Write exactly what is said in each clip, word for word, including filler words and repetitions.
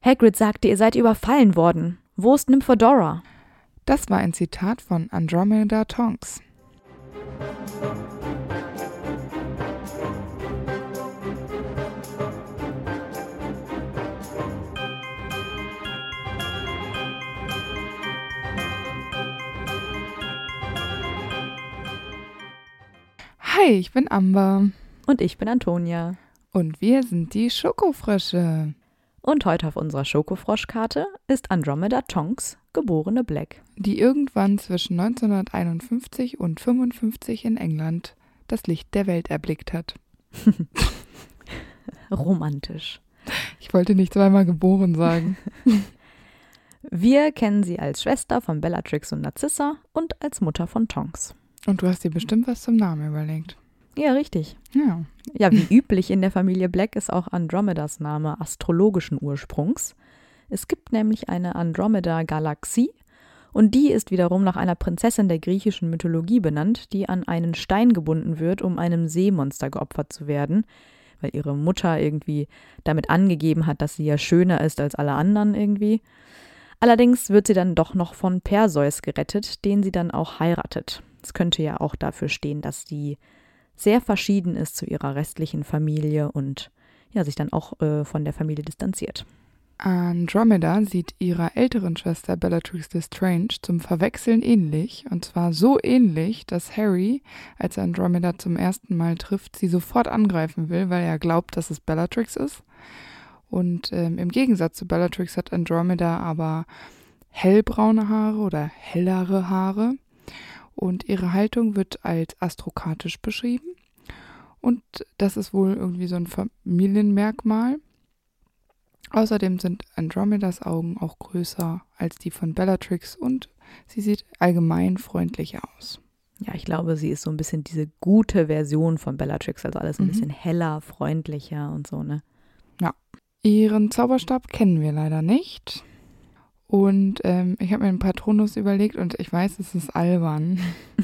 Hagrid sagte, ihr seid überfallen worden. Wo ist Nymphadora? Das war ein Zitat von Andromeda Tonks. Hi, ich bin Amber. Und ich bin Antonia. Und wir sind die Schokofrösche. Und heute auf unserer Schokofroschkarte ist Andromeda Tonks, geborene Black. Die irgendwann zwischen neunzehnhunderteinundfünfzig und fünfundfünfzig in England das Licht der Welt erblickt hat. Romantisch. Ich wollte nicht zweimal geboren sagen. Wir kennen sie als Schwester von Bellatrix und Narcissa und als Mutter von Tonks. Und du hast dir bestimmt was zum Namen überlegt. Ja, richtig. Ja. Ja, wie üblich in der Familie Black ist auch Andromedas Name astrologischen Ursprungs. Es gibt nämlich eine Andromeda-Galaxie und die ist wiederum nach einer Prinzessin der griechischen Mythologie benannt, die an einen Stein gebunden wird, um einem Seemonster geopfert zu werden, weil ihre Mutter irgendwie damit angegeben hat, dass sie ja schöner ist als alle anderen irgendwie. Allerdings wird sie dann doch noch von Perseus gerettet, den sie dann auch heiratet. Es könnte ja auch dafür stehen, dass sie sehr verschieden ist zu ihrer restlichen Familie und ja, sich dann auch äh, von der Familie distanziert. Andromeda sieht ihrer älteren Schwester Bellatrix Lestrange zum Verwechseln ähnlich. Und zwar so ähnlich, dass Harry, als er Andromeda zum ersten Mal trifft, sie sofort angreifen will, weil er glaubt, dass es Bellatrix ist. Und ähm, im Gegensatz zu Bellatrix hat Andromeda aber hellbraune Haare oder hellere Haare. Und ihre Haltung wird als astrokratisch beschrieben. Und das ist wohl irgendwie so ein Familienmerkmal. Außerdem sind Andromedas Augen auch größer als die von Bellatrix und sie sieht allgemein freundlicher aus. Ja, ich glaube, sie ist so ein bisschen diese gute Version von Bellatrix, also alles ein Mhm. bisschen heller, freundlicher und so, ne? Ja. Ihren Zauberstab kennen wir leider nicht. Und ähm, ich habe mir einen Patronus überlegt und ich weiß, es ist albern.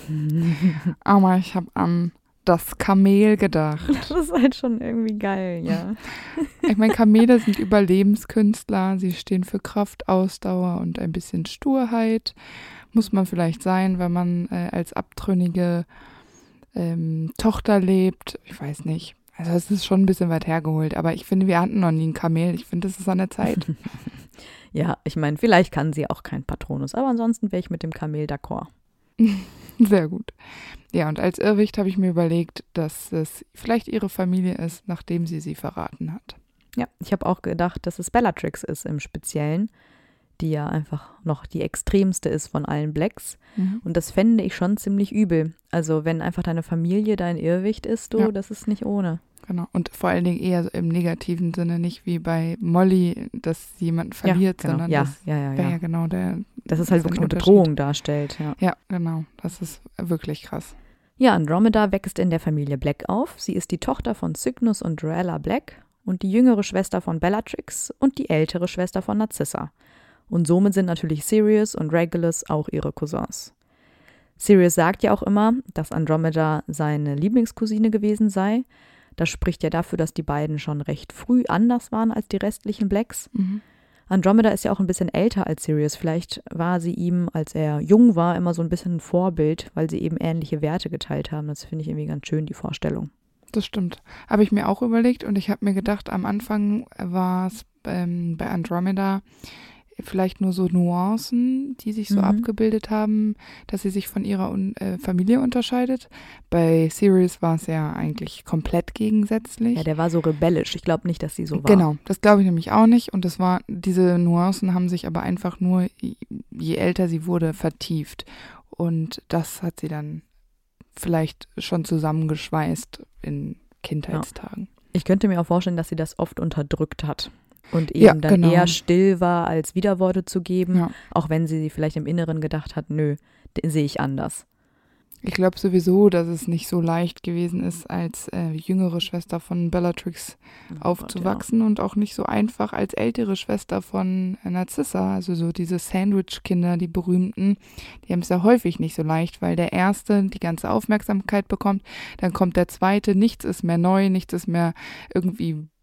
Aber ich habe an das Kamel gedacht. Das ist halt schon irgendwie geil, ja. Ich meine, Kamele sind Überlebenskünstler. Sie stehen für Kraft, Ausdauer und ein bisschen Sturheit. Muss man vielleicht sein, wenn man äh, als abtrünnige ähm, Tochter lebt. Ich weiß nicht. Also es ist schon ein bisschen weit hergeholt. Aber ich finde, wir hatten noch nie ein Kamel. Ich finde, das ist an der Zeit. Ja, ich meine, vielleicht kann sie auch kein Patronus, aber ansonsten wäre ich mit dem Kamel d'accord. Sehr gut. Ja, und als Irrwicht habe ich mir überlegt, dass es vielleicht ihre Familie ist, nachdem sie sie verraten hat. Ja, ich habe auch gedacht, dass es Bellatrix ist im Speziellen, die ja einfach noch die extremste ist von allen Blacks. Mhm. Und das fände ich schon ziemlich übel. Also wenn einfach deine Familie dein Irrwicht ist, du, Ja. das ist nicht ohne. Genau. Und vor allen Dingen eher so im negativen Sinne, nicht wie bei Molly, dass sie jemanden verliert, ja, genau. sondern ja, das ja, ja, wäre ja. ja genau der. Dass es halt ist ein wirklich eine Unterschied. Bedrohung darstellt. Ja. Ja, genau. Das ist wirklich krass. ja, Andromeda wächst in der Familie Black auf. Sie ist die Tochter von Cygnus und Rowella Black und die jüngere Schwester von Bellatrix und die ältere Schwester von Narcissa. Und somit sind natürlich Sirius und Regulus auch ihre Cousins. Sirius sagt ja auch immer, dass Andromeda seine Lieblingscousine gewesen sei. Das spricht ja dafür, dass die beiden schon recht früh anders waren als die restlichen Blacks. Mhm. Andromeda ist ja auch ein bisschen älter als Sirius. Vielleicht war sie ihm, als er jung war, immer so ein bisschen ein Vorbild, weil sie eben ähnliche Werte geteilt haben. Das finde ich irgendwie ganz schön, die Vorstellung. Das stimmt. Habe ich mir auch überlegt und ich habe mir gedacht, am Anfang war es ähm, bei Andromeda vielleicht nur so Nuancen, die sich so Mhm. abgebildet haben, dass sie sich von ihrer Un- äh, Familie unterscheidet. Bei Sirius war es ja eigentlich komplett gegensätzlich. Ja, der war so rebellisch. Ich glaube nicht, dass sie so war. Genau, das glaube ich nämlich auch nicht. Und das war, diese Nuancen haben sich aber einfach nur, je älter sie wurde, vertieft. Und das hat sie dann vielleicht schon zusammengeschweißt in Kindheitstagen. Ich könnte mir auch vorstellen, dass sie das oft unterdrückt hat und eben Ja, dann genau. eher still war, als Widerworte zu geben, Ja. auch wenn sie vielleicht im Inneren gedacht hat, nö, den sehe ich anders. Ich glaube sowieso, dass es nicht so leicht gewesen ist, als äh, jüngere Schwester von Bellatrix Oh aufzuwachsen und auch nicht so einfach als ältere Schwester von äh, Narcissa, also so diese Sandwich-Kinder, die berühmten, die haben es ja häufig nicht so leicht, weil der Erste die ganze Aufmerksamkeit bekommt, dann kommt der Zweite, nichts ist mehr neu, nichts ist mehr irgendwie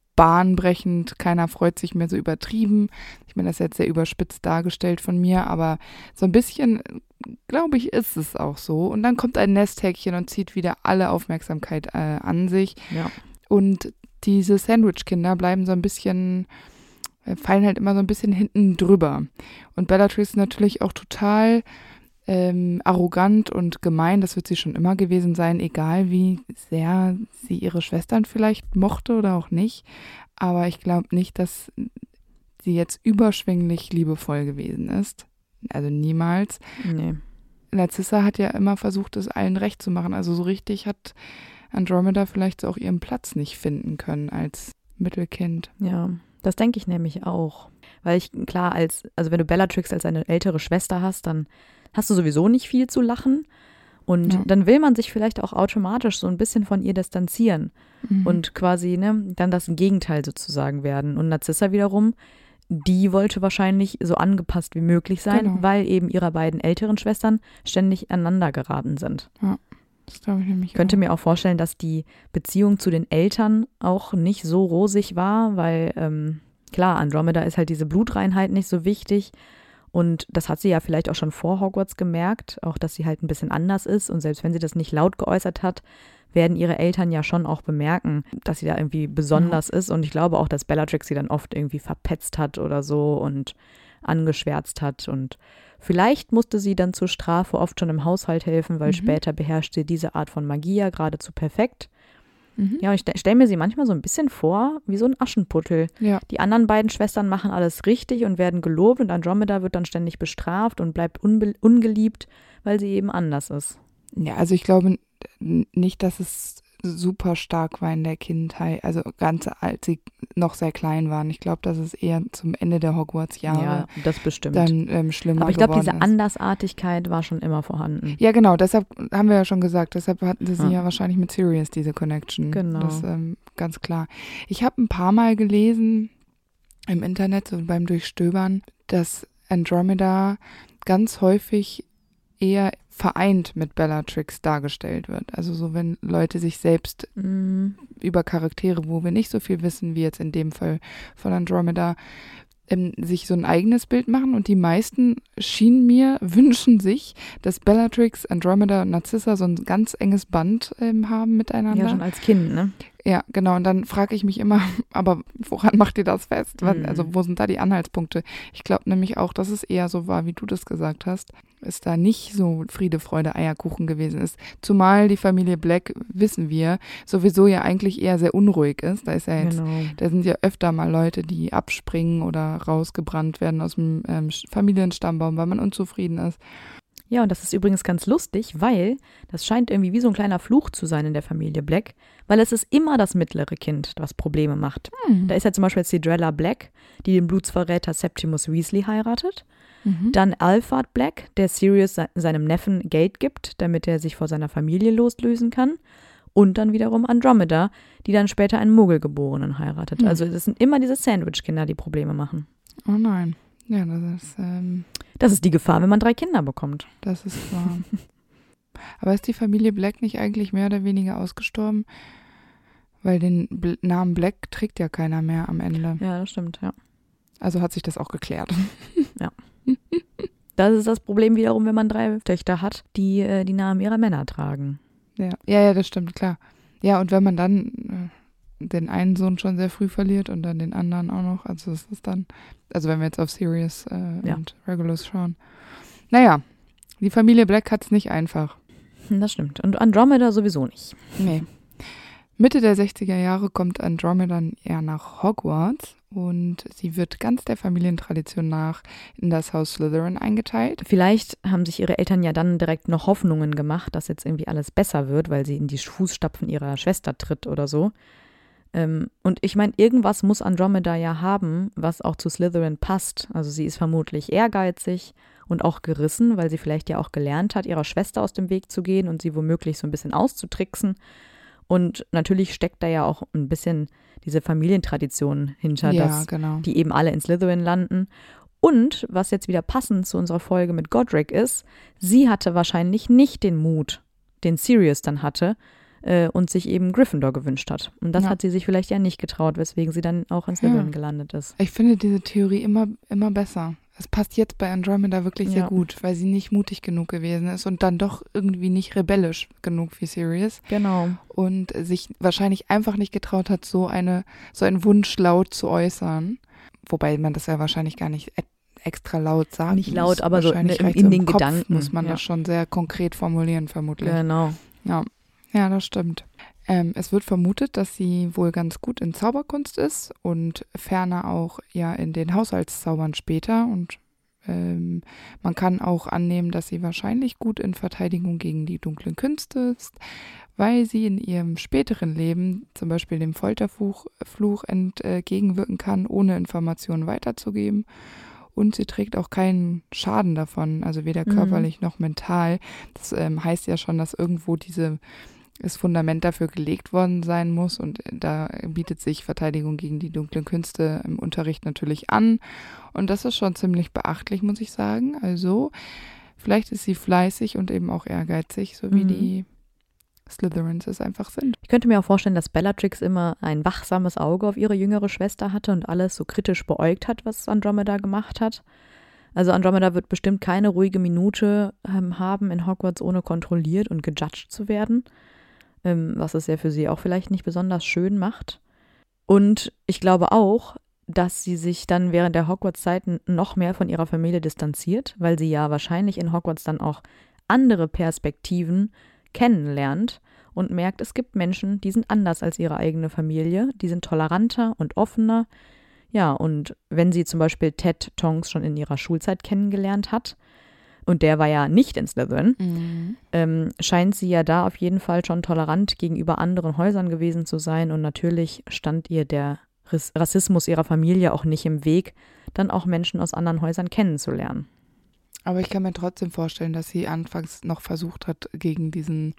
bahnbrechend, keiner freut sich mehr so übertrieben. Ich meine, das ist jetzt sehr überspitzt dargestellt von mir, aber so ein bisschen, glaube ich, ist es auch so. Und dann kommt ein Nesthäkchen und zieht wieder alle Aufmerksamkeit äh, an sich. Ja. Und diese Sandwich-Kinder bleiben so ein bisschen, äh, fallen halt immer so ein bisschen hinten drüber. Und Bellatrix ist natürlich auch total ähm, arrogant und gemein. Das wird sie schon immer gewesen sein, egal wie sehr sie ihre Schwestern vielleicht mochte oder auch nicht. Aber ich glaube nicht, dass sie jetzt überschwänglich liebevoll gewesen ist. Also niemals. Nee. Narcissa hat ja immer versucht, es allen recht zu machen. Also so richtig hat Andromeda vielleicht auch ihren Platz nicht finden können als Mittelkind. Ja, das denke ich nämlich auch. Weil ich, klar, als, also wenn du Bellatrix als eine ältere Schwester hast, dann hast du sowieso nicht viel zu lachen. Und Ja. dann will man sich vielleicht auch automatisch so ein bisschen von ihr distanzieren Mhm. und quasi, ne, dann das Gegenteil sozusagen werden. Und Narcissa wiederum, die wollte wahrscheinlich so angepasst wie möglich sein, Genau. weil eben ihre beiden älteren Schwestern ständig aneinander geraten sind. Das glaube ich nämlich Ich könnte auch. mir auch vorstellen, dass die Beziehung zu den Eltern auch nicht so rosig war, weil ähm, klar, Andromeda ist halt diese Blutreinheit nicht so wichtig und das hat sie ja vielleicht auch schon vor Hogwarts gemerkt, auch dass sie halt ein bisschen anders ist und selbst wenn sie das nicht laut geäußert hat, werden ihre Eltern ja schon auch bemerken, dass sie da irgendwie besonders ja. ist und ich glaube auch, dass Bellatrix sie dann oft irgendwie verpetzt hat oder so und angeschwärzt hat und vielleicht musste sie dann zur Strafe oft schon im Haushalt helfen, weil Mhm. später beherrscht sie diese Art von Magie ja geradezu perfekt. Mhm. Ja, und ich stelle mir sie manchmal so ein bisschen vor wie so ein Aschenputtel. Ja. Die anderen beiden Schwestern machen alles richtig und werden gelobt und Andromeda wird dann ständig bestraft und bleibt unbe- ungeliebt, weil sie eben anders ist. Ja, also ich glaube n- nicht, dass es super stark war in der Kindheit, also ganz als sie noch sehr klein waren. Ich glaube, dass es eher zum Ende der Hogwarts-Jahre Ja, das bestimmt. dann ähm, schlimmer Aber ich glaube, geworden diese ist. Andersartigkeit war schon immer vorhanden. Ja, genau, deshalb haben wir ja schon gesagt, deshalb hatten sie Ja. ja wahrscheinlich mit Sirius diese Connection. Genau. Das ist ähm, ganz klar. Ich habe ein paar Mal gelesen im Internet, so beim Durchstöbern, dass Andromeda ganz häufig eher vereint mit Bellatrix dargestellt wird. Also so, wenn Leute sich selbst Mm, über Charaktere, wo wir nicht so viel wissen, wie jetzt in dem Fall von Andromeda, ähm, sich so ein eigenes Bild machen und die meisten schienen mir, wünschen sich, dass Bellatrix, Andromeda und Narcissa so ein ganz enges Band ähm, haben miteinander. ja, schon als Kind, ne? Ja, genau. Und dann frage ich mich immer, aber woran macht ihr das fest? Was, Mhm. also wo sind da die Anhaltspunkte? Ich glaube nämlich auch, dass es eher so war, wie du das gesagt hast, es da nicht so Friede, Freude, Eierkuchen gewesen ist. Zumal die Familie Black, wissen wir, sowieso ja eigentlich eher sehr unruhig ist. Da ist ja jetzt, Genau. da sind ja öfter mal Leute, die abspringen oder rausgebrannt werden aus dem ähm, Familienstammbaum, weil man unzufrieden ist. Ja, und das ist übrigens ganz lustig, weil das scheint irgendwie wie so ein kleiner Fluch zu sein in der Familie Black, weil es ist immer das mittlere Kind, das Probleme macht. Hm. Da ist ja zum Beispiel Cinderella Black, die den Blutsverräter Septimus Weasley heiratet. Mhm. Dann Alphard Black, der Sirius se- seinem Neffen Geld gibt, damit er sich vor seiner Familie loslösen kann. Und dann wiederum Andromeda, die dann später einen Muggelgeborenen heiratet. Hm. Also das sind immer diese Sandwich-Kinder, die Probleme machen. Oh nein. Ja, das ist, ähm, Das ist die Gefahr, wenn man drei Kinder bekommt. das ist wahr. Aber ist die Familie Black nicht eigentlich mehr oder weniger ausgestorben? Weil den Bl- Namen Black trägt ja keiner mehr am Ende. Ja, das stimmt, ja. Also hat sich das auch geklärt. Das ist das Problem wiederum, wenn man drei Töchter hat, die äh, die Namen ihrer Männer tragen. Ja. ja, ja, das stimmt, klar. Ja, und wenn man dann äh, den einen Sohn schon sehr früh verliert und dann den anderen auch noch, also das ist dann, also wenn wir jetzt auf Sirius äh, Ja. und Regulus schauen. Naja, die Familie Black hat es nicht einfach. Das stimmt. Und Andromeda sowieso nicht. Nee. Mitte der sechziger Jahre kommt Andromeda eher nach Hogwarts und sie wird ganz der Familientradition nach in das Haus Slytherin eingeteilt. Vielleicht haben sich ihre Eltern ja dann direkt noch Hoffnungen gemacht, dass jetzt irgendwie alles besser wird, weil sie in die Fußstapfen ihrer Schwester tritt oder so. Ähm, und ich meine, irgendwas muss Andromeda ja haben, was auch zu Slytherin passt. Also sie ist vermutlich ehrgeizig und auch gerissen, weil sie vielleicht ja auch gelernt hat, ihrer Schwester aus dem Weg zu gehen und sie womöglich so ein bisschen auszutricksen. Und natürlich steckt da ja auch ein bisschen diese Familientradition hinter, Ja, dass genau. die eben alle in Slytherin landen. Und was jetzt wieder passend zu unserer Folge mit Godric ist, sie hatte wahrscheinlich nicht den Mut, den Sirius dann hatte, äh, und sich eben Gryffindor gewünscht hat. Und das Ja. hat sie sich vielleicht ja nicht getraut, weswegen sie dann auch in Slytherin Ja. gelandet ist. Ich finde diese Theorie immer, immer besser. Es passt jetzt bei Andromeda wirklich sehr Ja. gut, weil sie nicht mutig genug gewesen ist und dann doch irgendwie nicht rebellisch genug wie Sirius Genau. und sich wahrscheinlich einfach nicht getraut hat, so eine so einen Wunsch laut zu äußern. Wobei man das ja wahrscheinlich gar nicht e- extra laut sagen Nicht laut, muss. aber so Wahrscheinlich in- reicht's in im den Kopf, Gedanken, muss man ja. das schon sehr konkret formulieren, vermutlich. Genau. Ja, ja, das stimmt. Ähm, es wird vermutet, dass sie wohl ganz gut in Zauberkunst ist und ferner auch ja in den Haushaltszaubern später. Und ähm, man kann auch annehmen, dass sie wahrscheinlich gut in Verteidigung gegen die dunklen Künste ist, weil sie in ihrem späteren Leben zum Beispiel dem Folterfluch Fluch entgegenwirken kann, ohne Informationen weiterzugeben. Und sie trägt auch keinen Schaden davon, also weder Mhm. körperlich noch mental. Das ähm, heißt ja schon, dass irgendwo diese, das Fundament dafür gelegt worden sein muss. Und da bietet sich Verteidigung gegen die dunklen Künste im Unterricht natürlich an. Und das ist schon ziemlich beachtlich, muss ich sagen. Also vielleicht ist sie fleißig und eben auch ehrgeizig, so wie Mhm. die Slytherins es einfach sind. Ich könnte mir auch vorstellen, dass Bellatrix immer ein wachsames Auge auf ihre jüngere Schwester hatte und alles so kritisch beäugt hat, was Andromeda gemacht hat. Also Andromeda wird bestimmt keine ruhige Minute ähm, haben in Hogwarts, ohne kontrolliert und gejudged zu werden, ähm, was es ja für sie auch vielleicht nicht besonders schön macht. Und ich glaube auch, dass sie sich dann während der Hogwarts-Zeiten noch mehr von ihrer Familie distanziert, weil sie ja wahrscheinlich in Hogwarts dann auch andere Perspektiven kennenlernt und merkt, es gibt Menschen, die sind anders als ihre eigene Familie, die sind toleranter und offener. Ja, und wenn sie zum Beispiel Ted Tonks schon in ihrer Schulzeit kennengelernt hat, und der war ja nicht in Slytherin, Mhm. ähm, scheint sie ja da auf jeden Fall schon tolerant gegenüber anderen Häusern gewesen zu sein. Und natürlich stand ihr der Ris- Rassismus ihrer Familie auch nicht im Weg, dann auch Menschen aus anderen Häusern kennenzulernen. Aber ich kann mir trotzdem vorstellen, dass sie anfangs noch versucht hat, gegen diesen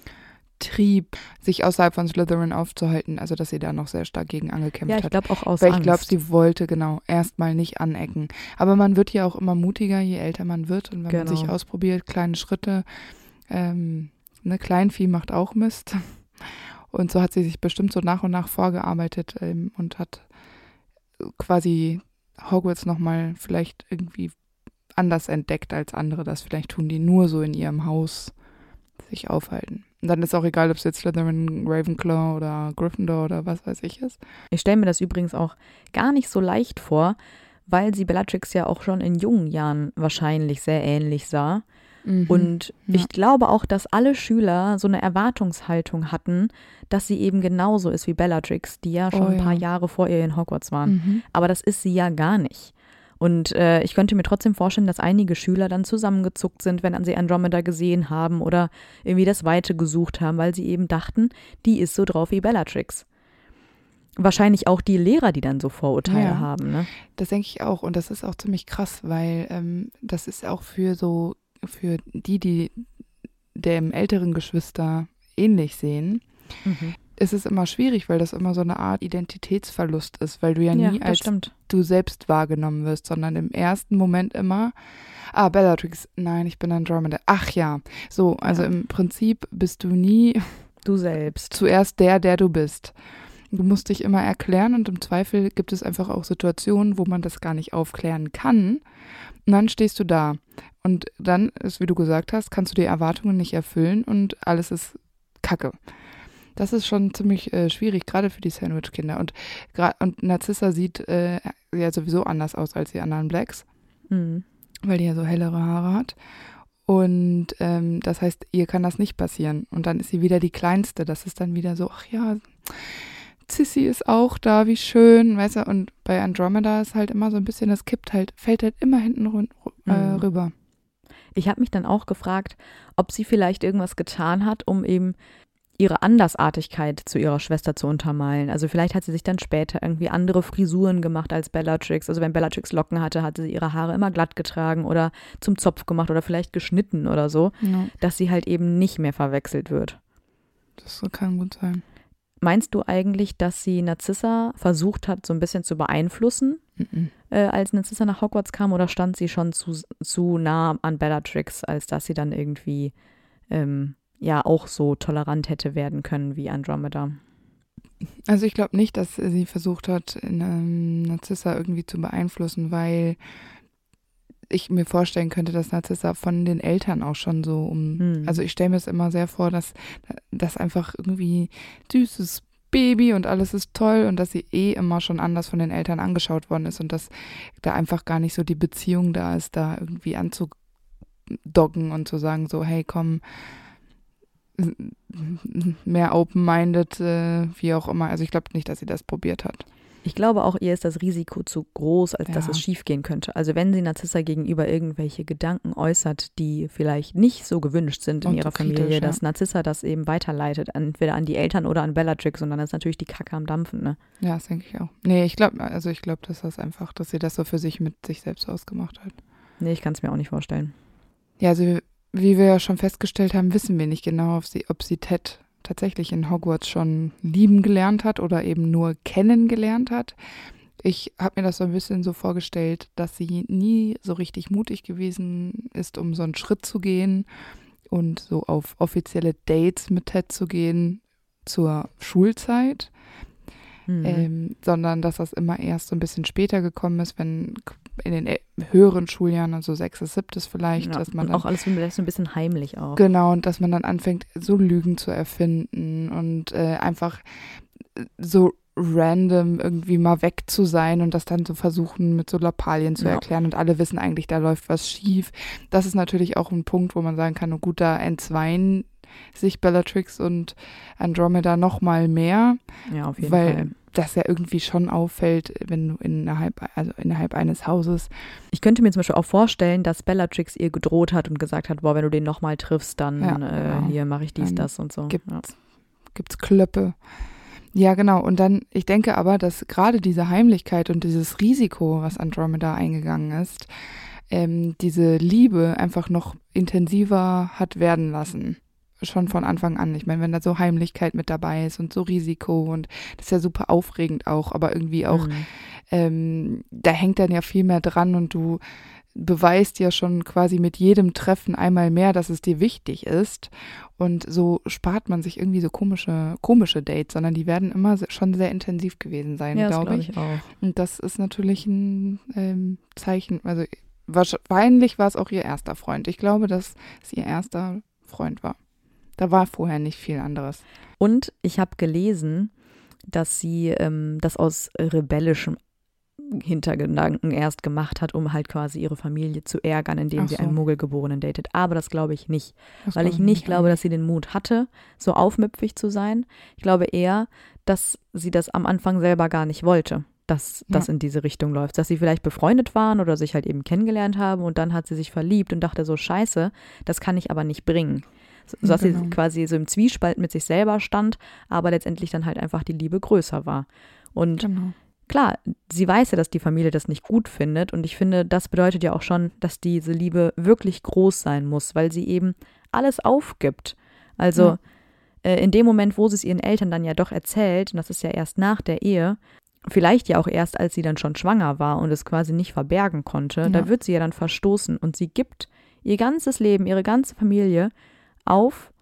Trieb, sich außerhalb von Slytherin aufzuhalten, also dass sie da noch sehr stark gegen angekämpft Ja, ich hat. glaube auch aus Weil ich Angst. glaube, sie wollte genau erstmal nicht anecken. Aber man wird ja auch immer mutiger, je älter man wird. Und wenn man Genau. sich ausprobiert, kleine Schritte, ähm, ne, Kleinvieh macht auch Mist. Und so hat sie sich bestimmt so nach und nach vorgearbeitet ähm, und hat quasi Hogwarts nochmal vielleicht irgendwie anders entdeckt als andere das vielleicht tun, die nur so in ihrem Haus sich aufhalten. Und dann ist auch egal, ob es jetzt Slytherin, Ravenclaw oder Gryffindor oder was weiß ich ist. Ich stelle mir das übrigens auch gar nicht so leicht vor, weil sie Bellatrix ja auch schon in jungen Jahren wahrscheinlich sehr ähnlich sah. Mhm. Und Ja. ich glaube auch, dass alle Schüler so eine Erwartungshaltung hatten, dass sie eben genauso ist wie Bellatrix, die ja schon Oh ein paar ja. Jahre vor ihr in Hogwarts waren. Mhm. Aber das ist sie ja gar nicht. Und äh, ich könnte mir trotzdem vorstellen, dass einige Schüler dann zusammengezuckt sind, wenn sie Andromeda gesehen haben oder irgendwie das Weite gesucht haben, weil sie eben dachten, die ist so drauf wie Bellatrix. Wahrscheinlich auch die Lehrer, die dann so Vorurteile Ja. haben, ne? Das denke ich auch. Und das ist auch ziemlich krass, weil ähm, das ist auch für so, für die, die dem älteren Geschwister ähnlich sehen, Mhm. ist es immer schwierig, weil das immer so eine Art Identitätsverlust ist, weil du ja nie das als stimmt. du selbst wahrgenommen wirst, sondern im ersten Moment immer, ah, Bellatrix, nein, ich bin Andromeda. Ach ja, so, also Ja. im Prinzip bist du nie Du selbst. zuerst der, der du bist. Du musst dich immer erklären und im Zweifel gibt es einfach auch Situationen, wo man das gar nicht aufklären kann. Und dann stehst du da. Und dann ist, wie du gesagt hast, kannst du die Erwartungen nicht erfüllen und alles ist Kacke. Das ist schon ziemlich äh, schwierig, gerade für die Sandwich-Kinder. Und, gra- und Narcissa sieht äh, ja sowieso anders aus als die anderen Blacks, Mhm. weil die ja so hellere Haare hat. Und ähm, das heißt, ihr kann das nicht passieren. Und dann ist sie wieder die Kleinste. Das ist dann wieder so, ach ja, Sissy ist auch da, wie schön, weißt du. Und bei Andromeda ist halt immer so ein bisschen, das kippt halt, fällt halt immer hinten run- äh, Mhm. rüber. Ich habe mich dann auch gefragt, ob sie vielleicht irgendwas getan hat, um eben ihre Andersartigkeit zu ihrer Schwester zu untermalen. Also vielleicht hat sie sich dann später irgendwie andere Frisuren gemacht als Bellatrix. Also wenn Bellatrix Locken hatte, hatte sie ihre Haare immer glatt getragen oder zum Zopf gemacht oder vielleicht geschnitten oder so, Ja, dass sie halt eben nicht mehr verwechselt wird. das kann gut sein. Meinst du eigentlich, dass sie Narcissa versucht hat, so ein bisschen zu beeinflussen, Mhm. äh, als Narcissa nach Hogwarts kam, oder stand sie schon zu, zu nah an Bellatrix, als dass sie dann irgendwie ähm, ja auch so tolerant hätte werden können wie Andromeda. Also ich glaube nicht, dass sie versucht hat, ähm, Narcissa irgendwie zu beeinflussen, weil ich mir vorstellen könnte, dass Narcissa von den Eltern auch schon so um, hm. also ich stelle mir es immer sehr vor, dass das einfach irgendwie süßes Baby und alles ist toll und dass sie eh immer schon anders von den Eltern angeschaut worden ist und dass da einfach gar nicht so die Beziehung da ist, da irgendwie anzudoggen und zu sagen so, hey komm, mehr open-minded, äh, wie auch immer. Also ich glaube nicht, dass sie das probiert hat. Ich glaube auch, ihr ist das Risiko zu groß, als ja. dass es schiefgehen könnte. Also wenn sie Narcissa gegenüber irgendwelche Gedanken äußert, die vielleicht nicht so gewünscht sind in und ihrer so Familie, kritisch, ja. dass Narcissa das eben weiterleitet, entweder an die Eltern oder an Bellatrix und dann ist natürlich die Kacke am Dampfen, ne? Ja, das denke ich auch. Nee, ich glaube, also ich glaube, dass das einfach, dass sie das so für sich mit sich selbst ausgemacht hat. Nee, ich kann es mir auch nicht vorstellen. Ja, also wie wir ja schon festgestellt haben, wissen wir nicht genau, ob sie, ob sie Ted tatsächlich in Hogwarts schon lieben gelernt hat oder eben nur kennengelernt hat. Ich habe mir das so ein bisschen so vorgestellt, dass sie nie so richtig mutig gewesen ist, um so einen Schritt zu gehen und so auf offizielle Dates mit Ted zu gehen zur Schulzeit, mhm. ähm, sondern dass das immer erst so ein bisschen später gekommen ist, wenn in den höheren Schuljahren, also sechstes, siebtes vielleicht, ja, dass man und auch alles vielleicht so ein bisschen heimlich auch. Genau, und dass man dann anfängt, so Lügen zu erfinden und äh, einfach so random irgendwie mal weg zu sein und das dann zu versuchen mit so Lappalien zu ja. erklären und alle wissen eigentlich, da läuft was schief. Das ist natürlich auch ein Punkt, wo man sagen kann, oh gut, da entzweien sich Bellatrix und Andromeda noch mal mehr. Ja, auf jeden weil Fall. Das ja irgendwie schon auffällt, wenn du innerhalb, also innerhalb eines Hauses. Ich könnte mir zum Beispiel auch vorstellen, dass Bellatrix ihr gedroht hat und gesagt hat, boah, wenn du den nochmal triffst, dann ja, genau. äh, hier mache ich dies, dann das und so. Gibt's, ja. gibt's Klöppe. Ja, genau. Und dann, ich denke aber, dass gerade diese Heimlichkeit und dieses Risiko, was Andromeda eingegangen ist, ähm, diese Liebe einfach noch intensiver hat werden lassen. Schon von Anfang an. Ich meine, wenn da so Heimlichkeit mit dabei ist und so Risiko und das ist ja super aufregend auch, aber irgendwie auch, mhm. ähm, da hängt dann ja viel mehr dran und du beweist ja schon quasi mit jedem Treffen einmal mehr, dass es dir wichtig ist und so spart man sich irgendwie so komische, komische Dates, sondern die werden immer schon sehr intensiv gewesen sein, ja, glaube glaub ich. ich auch. Und das ist natürlich ein ähm, Zeichen, also wahrscheinlich war es auch ihr erster Freund. Ich glaube, dass es ihr erster Freund war. Da war vorher nicht viel anderes. Und ich habe gelesen, dass sie ähm, das aus rebellischem Hintergedanken erst gemacht hat, um halt quasi ihre Familie zu ärgern, indem so. sie einen Muggelgeborenen datet. Aber das glaube ich nicht. Das weil ich nicht, nicht glaube, dass sie den Mut hatte, so aufmüpfig zu sein. Ich glaube eher, dass sie das am Anfang selber gar nicht wollte, dass das ja. in diese Richtung läuft. Dass sie vielleicht befreundet waren oder sich halt eben kennengelernt haben und dann hat sie sich verliebt und dachte so, scheiße, das kann ich aber nicht bringen. So dass genau. sie quasi so im Zwiespalt mit sich selber stand, aber letztendlich dann halt einfach die Liebe größer war. Und genau. klar, sie weiß ja, dass die Familie das nicht gut findet und ich finde, das bedeutet ja auch schon, dass diese Liebe wirklich groß sein muss, weil sie eben alles aufgibt. Also ja. äh, in dem Moment, wo sie es ihren Eltern dann ja doch erzählt, und das ist ja erst nach der Ehe, vielleicht ja auch erst, als sie dann schon schwanger war und es quasi nicht verbergen konnte, ja. da wird sie ja dann verstoßen und sie gibt ihr ganzes Leben, ihre ganze Familie auf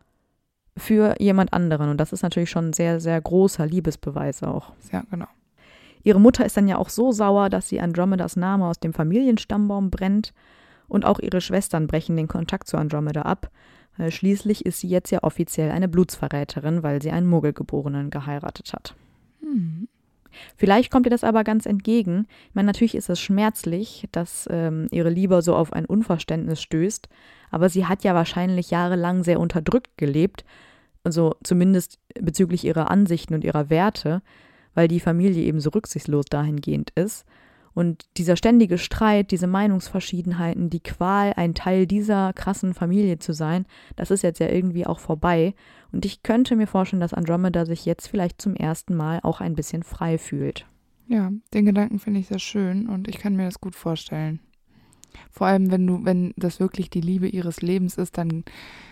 für jemand anderen. Und das ist natürlich schon ein sehr, sehr großer Liebesbeweis auch. Ja, genau. Ihre Mutter ist dann ja auch so sauer, dass sie Andromedas Name aus dem Familienstammbaum brennt und auch ihre Schwestern brechen den Kontakt zu Andromeda ab. Weil schließlich ist sie jetzt ja offiziell eine Blutsverräterin, weil sie einen Muggelgeborenen geheiratet hat. Hm. Vielleicht kommt ihr das aber ganz entgegen. Ich meine, natürlich ist es schmerzlich, dass ähm, ihre Liebe so auf ein Unverständnis stößt, aber sie hat ja wahrscheinlich jahrelang sehr unterdrückt gelebt, also zumindest bezüglich ihrer Ansichten und ihrer Werte, weil die Familie eben so rücksichtslos dahingehend ist. Und dieser ständige Streit, diese Meinungsverschiedenheiten, die Qual, ein Teil dieser krassen Familie zu sein, das ist jetzt ja irgendwie auch vorbei. Und ich könnte mir vorstellen, dass Andromeda sich jetzt vielleicht zum ersten Mal auch ein bisschen frei fühlt. Ja, den Gedanken finde ich sehr schön und ich kann mir das gut vorstellen. Vor allem, wenn du, wenn das wirklich die Liebe ihres Lebens ist, dann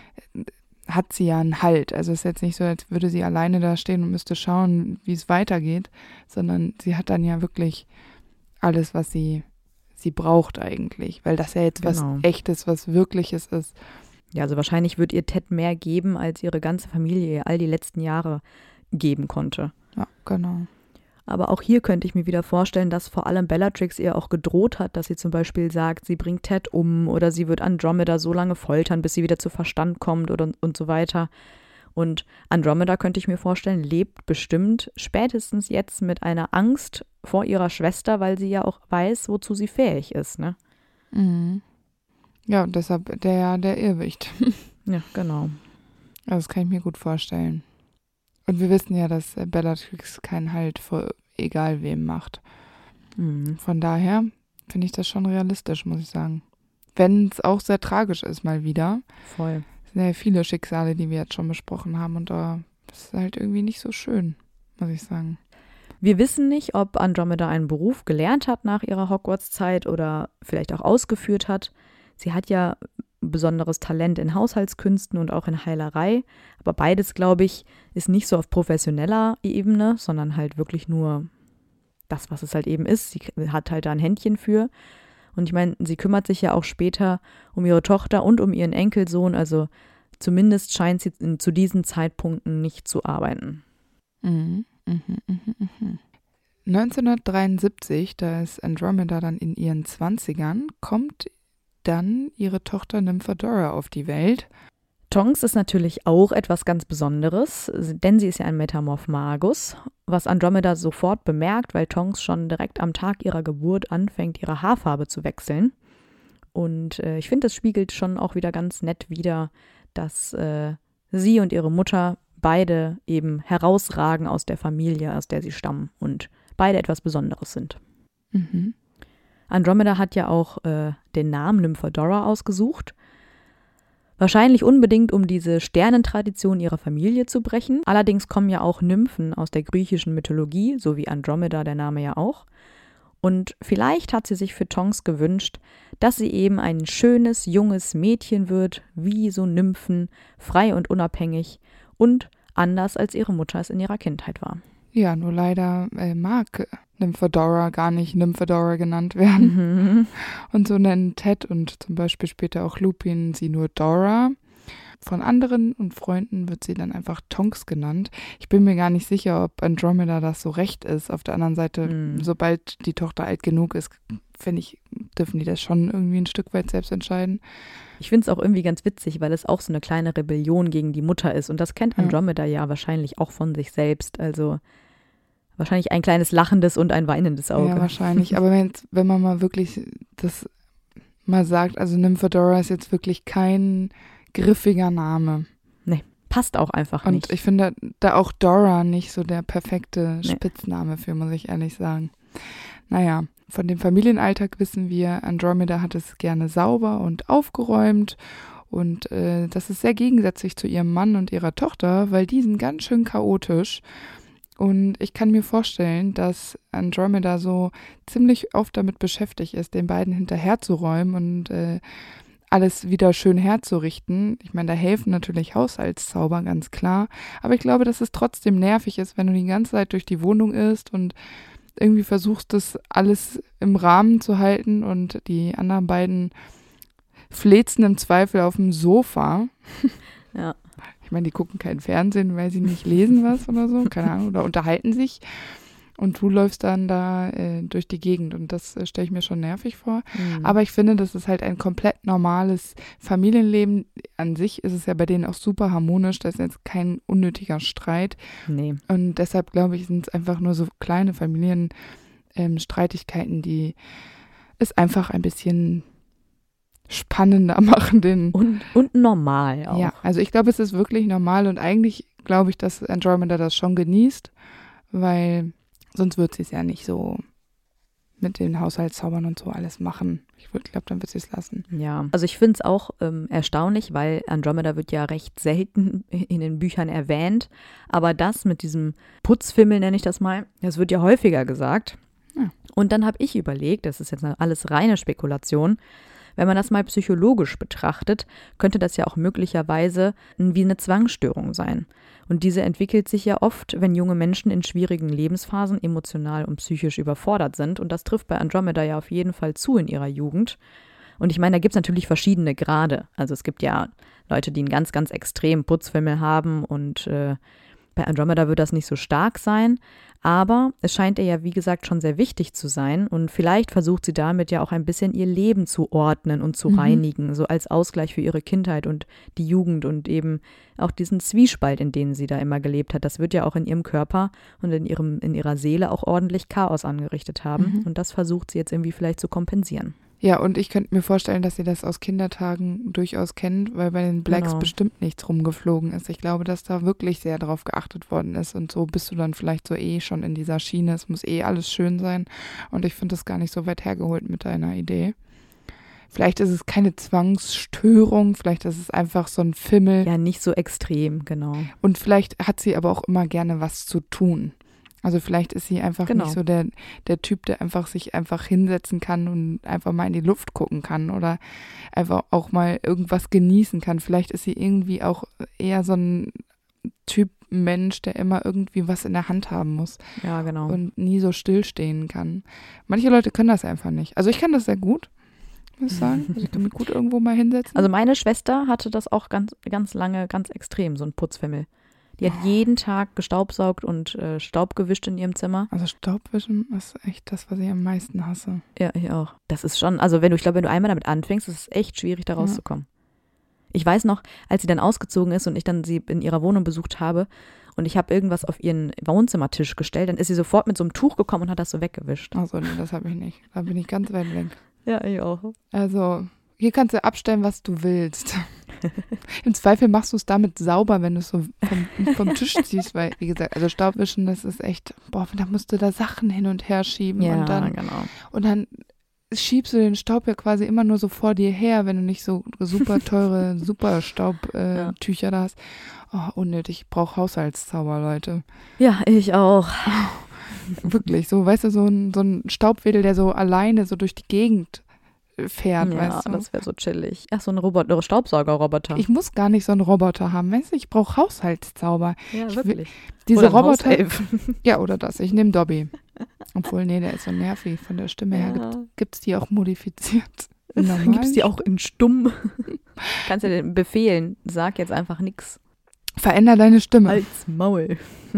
hat sie ja einen Halt. Also es ist jetzt nicht so, als würde sie alleine da stehen und müsste schauen, wie es weitergeht, sondern sie hat dann ja wirklich alles, was sie, sie braucht eigentlich, weil das ja jetzt genau. was Echtes, was Wirkliches ist. Ja, also wahrscheinlich wird ihr Ted mehr geben, als ihre ganze Familie ihr all die letzten Jahre geben konnte. Ja, genau. Aber auch hier könnte ich mir wieder vorstellen, dass vor allem Bellatrix ihr auch gedroht hat, dass sie zum Beispiel sagt, sie bringt Ted um oder sie wird Andromeda so lange foltern, bis sie wieder zu Verstand kommt oder, und so weiter. Und Andromeda, könnte ich mir vorstellen, lebt bestimmt spätestens jetzt mit einer Angst vor ihrer Schwester, weil sie ja auch weiß, wozu sie fähig ist, ne? Mhm. Ja, und deshalb der, der Irrwicht. Ja, genau. Also das kann ich mir gut vorstellen. Und wir wissen ja, dass Bellatrix keinen Halt vor egal wem macht. Mhm. Von daher finde ich das schon realistisch, muss ich sagen. Wenn es auch sehr tragisch ist, mal wieder. Voll. Es sind ja viele Schicksale, die wir jetzt schon besprochen haben. Und da ist halt irgendwie nicht so schön, muss ich sagen. Wir wissen nicht, ob Andromeda einen Beruf gelernt hat nach ihrer Hogwarts-Zeit oder vielleicht auch ausgeführt hat. Sie hat ja besonderes Talent in Haushaltskünsten und auch in Heilerei. Aber beides, glaube ich, ist nicht so auf professioneller Ebene, sondern halt wirklich nur das, was es halt eben ist. Sie hat halt da ein Händchen für. Und ich meine, sie kümmert sich ja auch später um ihre Tochter und um ihren Enkelsohn. Also zumindest scheint sie in, zu diesen Zeitpunkten nicht zu arbeiten. Mhm, mhm, mhm, mhm. neunzehnhundertdreiundsiebzig, da ist Andromeda dann in ihren Zwanzigern, kommt dann ihre Tochter Nymphadora auf die Welt. Tonks ist natürlich auch etwas ganz Besonderes, denn sie ist ja ein Metamorph-Magus, was Andromeda sofort bemerkt, weil Tonks schon direkt am Tag ihrer Geburt anfängt, ihre Haarfarbe zu wechseln. Und äh, ich finde, das spiegelt schon auch wieder ganz nett wider, dass äh, sie und ihre Mutter beide eben herausragen aus der Familie, aus der sie stammen und beide etwas Besonderes sind. Mhm. Andromeda hat ja auch äh, den Namen Nymphadora ausgesucht. Wahrscheinlich unbedingt, um diese Sternentradition ihrer Familie zu brechen. Allerdings kommen ja auch Nymphen aus der griechischen Mythologie, so wie Andromeda, der Name ja auch. Und vielleicht hat sie sich für Tonks gewünscht, dass sie eben ein schönes, junges Mädchen wird, wie so Nymphen, frei und unabhängig und anders, als ihre Mutter es in ihrer Kindheit war. Ja, nur leider äh, mag Nymphadora gar nicht Nymphadora genannt werden. Mhm. Und so nennen Ted und zum Beispiel später auch Lupin sie nur Dora. Von anderen und Freunden wird sie dann einfach Tonks genannt. Ich bin mir gar nicht sicher, ob Andromeda das so recht ist. Auf der anderen Seite, Mhm. sobald die Tochter alt genug ist, finde ich, dürfen die das schon irgendwie ein Stück weit selbst entscheiden. Ich finde es auch irgendwie ganz witzig, weil es auch so eine kleine Rebellion gegen die Mutter ist. Und das kennt Ja. Andromeda ja wahrscheinlich auch von sich selbst. Also wahrscheinlich ein kleines lachendes und ein weinendes Auge. Ja, wahrscheinlich. Aber wenn's, wenn man mal wirklich das mal sagt, also Nymphadora ist jetzt wirklich kein griffiger Name. Passt auch einfach Und nicht. ich finde da auch Dora nicht so der perfekte Nee. Spitzname für, muss ich ehrlich sagen. Naja, von dem Familienalltag wissen wir, Andromeda hat es gerne sauber und aufgeräumt. Und äh, das ist sehr gegensätzlich zu ihrem Mann und ihrer Tochter, weil die sind ganz schön chaotisch. Und ich kann mir vorstellen, dass Andromeda so ziemlich oft damit beschäftigt ist, den beiden hinterherzuräumen und äh, alles wieder schön herzurichten. Ich meine, da helfen natürlich Haushaltszauber, ganz klar. Aber ich glaube, dass es trotzdem nervig ist, wenn du die ganze Zeit durch die Wohnung irrst und irgendwie versuchst, das alles im Rahmen zu halten und die anderen beiden flezen im Zweifel auf dem Sofa. Ja. Ich meine, die gucken kein Fernsehen, weil sie nicht lesen was oder so, keine Ahnung, oder unterhalten sich. Und du läufst dann da äh, durch die Gegend und das äh, stelle ich mir schon nervig vor. Mhm. Aber ich finde, das ist halt ein komplett normales Familienleben. An sich ist es ja bei denen auch super harmonisch. Das ist jetzt kein unnötiger Streit. Nee. Und deshalb, glaube ich, sind es einfach nur so kleine Familienstreitigkeiten, ähm, die es einfach ein bisschen spannender machen. Den, Und, und normal auch. ja, also ich glaube, es ist wirklich normal und eigentlich glaube ich, dass Andromeda das schon genießt, weil sonst wird sie es ja nicht so mit den Haushaltszaubern und so alles machen. Ich glaube, dann wird sie es lassen. Ja, also ich finde es auch ähm, erstaunlich, weil Andromeda wird ja recht selten in den Büchern erwähnt. Aber das mit diesem Putzfimmel, nenne ich das mal, das wird ja häufiger gesagt. Ja. Und dann habe ich überlegt, das ist jetzt alles reine Spekulation, wenn man das mal psychologisch betrachtet, könnte das ja auch möglicherweise wie eine Zwangsstörung sein. Und diese entwickelt sich ja oft, wenn junge Menschen in schwierigen Lebensphasen emotional und psychisch überfordert sind. Und das trifft bei Andromeda ja auf jeden Fall zu in ihrer Jugend. Und ich meine, da gibt es natürlich verschiedene Grade. Also es gibt ja Leute, die einen ganz, ganz extremen Putzfimmel haben und äh, bei Andromeda wird das nicht so stark sein, aber es scheint ihr ja, wie gesagt, schon sehr wichtig zu sein und vielleicht versucht sie damit ja auch ein bisschen ihr Leben zu ordnen und zu mhm. reinigen, so als Ausgleich für ihre Kindheit und die Jugend und eben auch diesen Zwiespalt, in dem sie da immer gelebt hat. Das wird ja auch in ihrem Körper und in, ihrem, in ihrer Seele auch ordentlich Chaos angerichtet haben mhm. und das versucht sie jetzt irgendwie vielleicht zu kompensieren. Ja, und ich könnte mir vorstellen, dass sie das aus Kindertagen durchaus kennt, weil bei den Blacks genau. bestimmt nichts rumgeflogen ist. Ich glaube, dass da wirklich sehr drauf geachtet worden ist und so bist du dann vielleicht so eh schon in dieser Schiene. Es muss eh alles schön sein und ich finde das gar nicht so weit hergeholt mit deiner Idee. Vielleicht ist es keine Zwangsstörung, vielleicht ist es einfach so ein Fimmel. Ja, nicht so extrem, genau. Und vielleicht hat sie aber auch immer gerne was zu tun. Also vielleicht ist sie einfach genau. nicht so der, der Typ, der einfach sich einfach hinsetzen kann und einfach mal in die Luft gucken kann oder einfach auch mal irgendwas genießen kann. Vielleicht ist sie irgendwie auch eher so ein Typ Mensch, der immer irgendwie was in der Hand haben muss. Ja, genau. Und nie so stillstehen kann. Manche Leute können das einfach nicht. Also ich kann das sehr gut, muss ich sagen. Also ich kann mich gut irgendwo mal hinsetzen. Also meine Schwester hatte das auch ganz, ganz lange, ganz extrem, so ein Putzfimmel. Die hat jeden Tag gestaubsaugt und äh, Staub gewischt in ihrem Zimmer. Also Staubwischen ist echt das, was ich am meisten hasse. Ja, ich auch. Das ist schon, also wenn du, ich glaube, wenn du einmal damit anfängst, ist es echt schwierig, da rauszukommen. Ja. Ich weiß noch, als sie dann ausgezogen ist und ich dann sie in ihrer Wohnung besucht habe und ich habe irgendwas auf ihren Wohnzimmertisch gestellt, dann ist sie sofort mit so einem Tuch gekommen und hat das so weggewischt. Achso, nee, das habe ich nicht. Da bin ich ganz weit weg. Ja, ich auch. Also, hier kannst du abstellen, was du willst. Im Zweifel machst du es damit sauber, wenn du es so vom, vom Tisch ziehst, weil, wie gesagt, also Staubwischen, das ist echt, boah, da musst du da Sachen hin und her schieben. Ja, und dann, genau. Und dann schiebst du den Staub ja quasi immer nur so vor dir her, wenn du nicht so super teure Superstaubtücher äh, ja. da hast. Oh, unnötig, ich brauche Haushaltszauber, Leute. Ja, ich auch. Wirklich, so, weißt du, so ein, so ein Staubwedel, der so alleine so durch die Gegend fährt, ja, weißt du. Das wäre so chillig. Ach, so ein Roboter, Staubsaugerroboter. Ich muss gar nicht so einen Roboter haben, weißt du, ich brauche Haushaltszauber. Ja, ich wirklich. Will, diese oder Roboter. Ja, oder das. Ich nehme Dobby. Obwohl, nee, der ist so nervig von der Stimme ja. her. Gibt es die auch modifiziert? Gibt es die auch in stumm? Kannst du den befehlen, sag jetzt einfach nix. Veränder deine Stimme. Als Maul.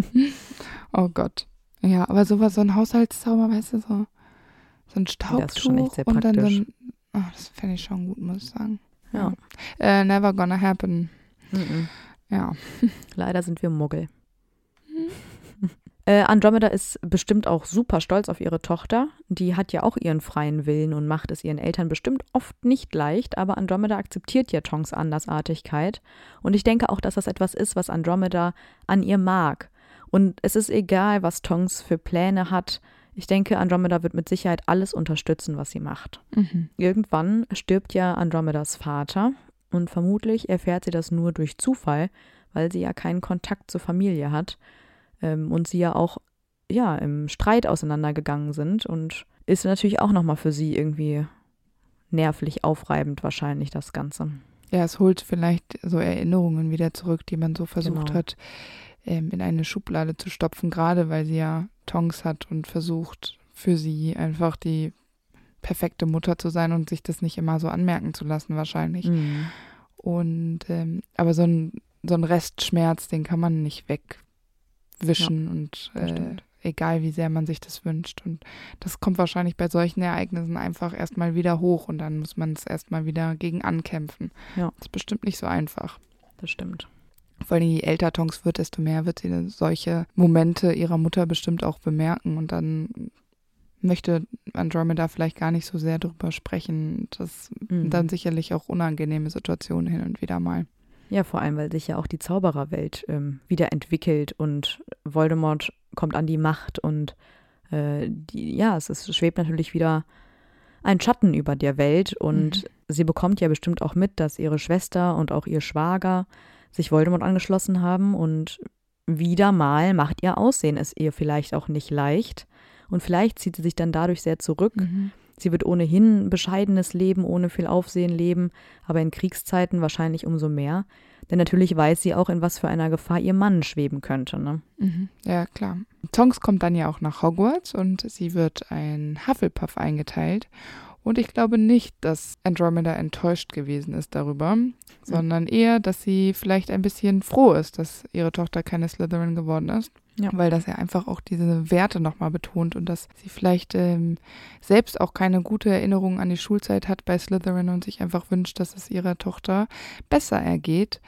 Oh Gott. Ja, aber sowas, so ein Haushaltszauber, weißt du, so, so ein Staubtuch. Das ist schon echt sehr und praktisch. dann so ein, oh, das fände ich schon gut, muss ich sagen. Ja. ja. Uh, never gonna happen. Mm-mm. Ja. Leider sind wir Muggel. äh, Andromeda ist bestimmt auch super stolz auf ihre Tochter. Die hat ja auch ihren freien Willen und macht es ihren Eltern bestimmt oft nicht leicht, aber Andromeda akzeptiert ja Tonks Andersartigkeit. Und ich denke auch, dass das etwas ist, was Andromeda an ihr mag. Und es ist egal, was Tonks für Pläne hat. Ich denke, Andromeda wird mit Sicherheit alles unterstützen, was sie macht. Mhm. Irgendwann stirbt ja Andromedas Vater und vermutlich erfährt sie das nur durch Zufall, weil sie ja keinen Kontakt zur Familie hat ähm, und sie ja auch ja, im Streit auseinandergegangen sind und ist natürlich auch nochmal für sie irgendwie nervlich aufreibend wahrscheinlich das Ganze. Ja, es holt vielleicht so Erinnerungen wieder zurück, die man so versucht genau. hat, in eine Schublade zu stopfen, gerade weil sie ja Tonks hat und versucht, für sie einfach die perfekte Mutter zu sein und sich das nicht immer so anmerken zu lassen wahrscheinlich. Mhm. Und ähm, aber so ein, so ein Restschmerz, den kann man nicht wegwischen ja, und äh, egal wie sehr man sich das wünscht. Und das kommt wahrscheinlich bei solchen Ereignissen einfach erstmal wieder hoch und dann muss man es erstmal wieder gegen ankämpfen. Ja. Das ist bestimmt nicht so einfach. Das stimmt. Vor allem je älter Tonks wird, desto mehr wird sie solche Momente ihrer Mutter bestimmt auch bemerken und dann möchte Andromeda vielleicht gar nicht so sehr drüber sprechen. Das mhm. sind dann sicherlich auch unangenehme Situationen hin und wieder mal. Ja, vor allem, weil sich ja auch die Zaubererwelt ähm, wieder entwickelt und Voldemort kommt an die Macht und äh, die, ja, es ist, schwebt natürlich wieder ein Schatten über der Welt und mhm. sie bekommt ja bestimmt auch mit, dass ihre Schwester und auch ihr Schwager sich Voldemort angeschlossen haben und wieder mal macht ihr Aussehen es ihr vielleicht auch nicht leicht und vielleicht zieht sie sich dann dadurch sehr zurück. Mhm. Sie wird ohnehin ein bescheidenes Leben, ohne viel Aufsehen leben, aber in Kriegszeiten wahrscheinlich umso mehr. Denn natürlich weiß sie auch, in was für einer Gefahr ihr Mann schweben könnte. Ne? Mhm. Ja, klar. Tonks kommt dann ja auch nach Hogwarts und sie wird ein Hufflepuff eingeteilt. Und ich glaube nicht, dass Andromeda enttäuscht gewesen ist darüber, mhm. sondern eher, dass sie vielleicht ein bisschen froh ist, dass ihre Tochter keine Slytherin geworden ist. Ja. Weil das ja einfach auch diese Werte nochmal betont und dass sie vielleicht ähm, selbst auch keine gute Erinnerung an die Schulzeit hat bei Slytherin und sich einfach wünscht, dass es ihrer Tochter besser ergeht.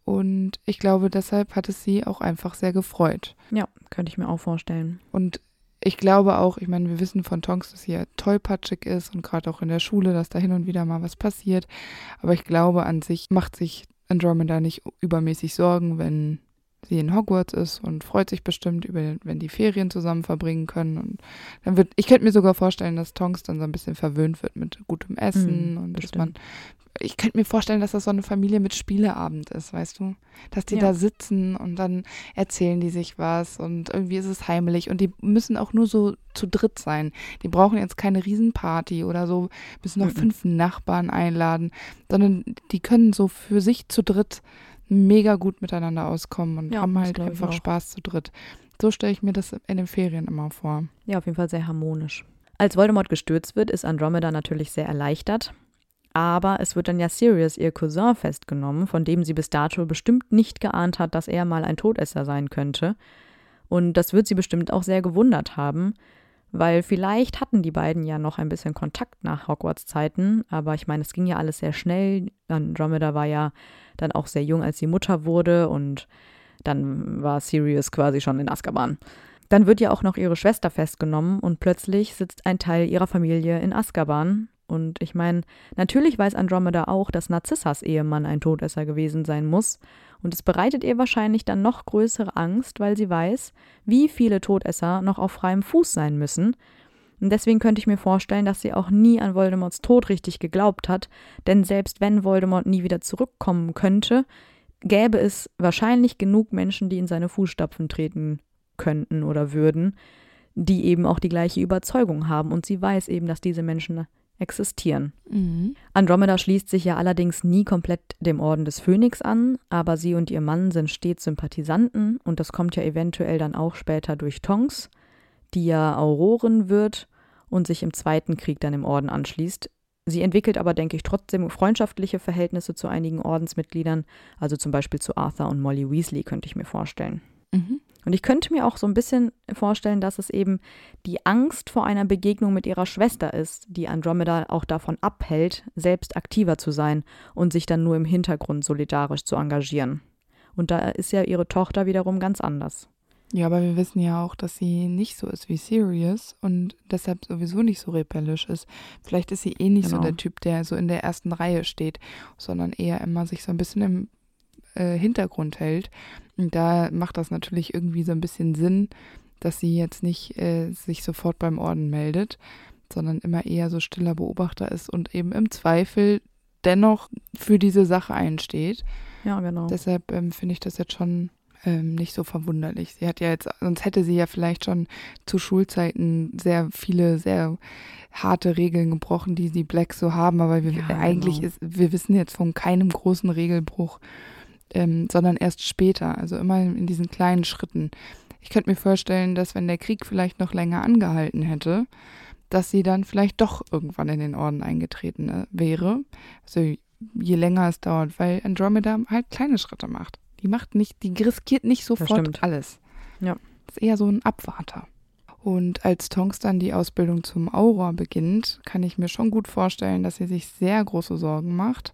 Und ich glaube, deshalb hat es sie auch einfach sehr gefreut. Ja, könnte ich mir auch vorstellen. Und ich glaube auch, ich meine, wir wissen von Tonks, dass sie ja tollpatschig ist und gerade auch in der Schule, dass da hin und wieder mal was passiert. Aber ich glaube, an sich macht sich Andromeda nicht übermäßig Sorgen, wenn sie in Hogwarts ist und freut sich bestimmt über, wenn die Ferien zusammen verbringen können. Und dann wird, ich könnte mir sogar vorstellen, dass Tonks dann so ein bisschen verwöhnt wird mit gutem Essen mm, und dass man, ich könnte mir vorstellen, dass das so eine Familie mit Spieleabend ist, weißt du? Dass die ja. da sitzen und dann erzählen die sich was und irgendwie ist es heimelig und die müssen auch nur so zu dritt sein. Die brauchen jetzt keine Riesenparty oder so, müssen noch mm-mm. fünf Nachbarn einladen, sondern die können so für sich zu dritt mega gut miteinander auskommen und ja, haben halt einfach Spaß zu dritt. So stelle ich mir das in den Ferien immer vor. Ja, auf jeden Fall sehr harmonisch. Als Voldemort gestürzt wird, ist Andromeda natürlich sehr erleichtert. Aber es wird dann ja Sirius, ihr Cousin, festgenommen, von dem sie bis dato bestimmt nicht geahnt hat, dass er mal ein Todesser sein könnte. Und das wird sie bestimmt auch sehr gewundert haben, weil vielleicht hatten die beiden ja noch ein bisschen Kontakt nach Hogwarts-Zeiten, aber ich meine, es ging ja alles sehr schnell. Andromeda war ja dann auch sehr jung, als sie Mutter wurde und dann war Sirius quasi schon in Azkaban. Dann wird ja auch noch ihre Schwester festgenommen und plötzlich sitzt ein Teil ihrer Familie in Azkaban. Und ich meine, natürlich weiß Andromeda auch, dass Narzissas Ehemann ein Todesser gewesen sein muss. Und es bereitet ihr wahrscheinlich dann noch größere Angst, weil sie weiß, wie viele Todesser noch auf freiem Fuß sein müssen. Und deswegen könnte ich mir vorstellen, dass sie auch nie an Voldemorts Tod richtig geglaubt hat. Denn selbst wenn Voldemort nie wieder zurückkommen könnte, gäbe es wahrscheinlich genug Menschen, die in seine Fußstapfen treten könnten oder würden, die eben auch die gleiche Überzeugung haben. Und sie weiß eben, dass diese Menschen existieren. Mhm. Andromeda schließt sich ja allerdings nie komplett dem Orden des Phönix an, aber sie und ihr Mann sind stets Sympathisanten und das kommt ja eventuell dann auch später durch Tonks, die ja Aurorin wird und sich im Zweiten Krieg dann im Orden anschließt. Sie entwickelt aber, denke ich, trotzdem freundschaftliche Verhältnisse zu einigen Ordensmitgliedern, also zum Beispiel zu Arthur und Molly Weasley, könnte ich mir vorstellen. Mhm. Und ich könnte mir auch so ein bisschen vorstellen, dass es eben die Angst vor einer Begegnung mit ihrer Schwester ist, die Andromeda auch davon abhält, selbst aktiver zu sein und sich dann nur im Hintergrund solidarisch zu engagieren. Und da ist ja ihre Tochter wiederum ganz anders. Ja, aber wir wissen ja auch, dass sie nicht so ist wie Sirius und deshalb sowieso nicht so rebellisch ist. Vielleicht ist sie eh nicht genau. so der Typ, der so in der ersten Reihe steht, sondern eher immer sich so ein bisschen im äh, Hintergrund hält. Und da macht das natürlich irgendwie so ein bisschen Sinn, dass sie jetzt nicht äh, sich sofort beim Orden meldet, sondern immer eher so stiller Beobachter ist und eben im Zweifel dennoch für diese Sache einsteht. Ja, genau. Deshalb ähm, finde ich das jetzt schon ähm, nicht so verwunderlich. Sie hat ja jetzt, sonst hätte sie ja vielleicht schon zu Schulzeiten sehr viele, sehr harte Regeln gebrochen, die die Blacks so haben, aber wir, ja, eigentlich genau. ist, wir wissen jetzt von keinem großen Regelbruch, ähm, sondern erst später, also immer in diesen kleinen Schritten. Ich könnte mir vorstellen, dass wenn der Krieg vielleicht noch länger angehalten hätte, dass sie dann vielleicht doch irgendwann in den Orden eingetreten äh, wäre. Also je länger es dauert, weil Andromeda halt kleine Schritte macht. Die macht nicht, die riskiert nicht sofort alles. Ja. Ist eher so ein Abwarter. Und als Tonks dann die Ausbildung zum Auror beginnt, kann ich mir schon gut vorstellen, dass sie sich sehr große Sorgen macht.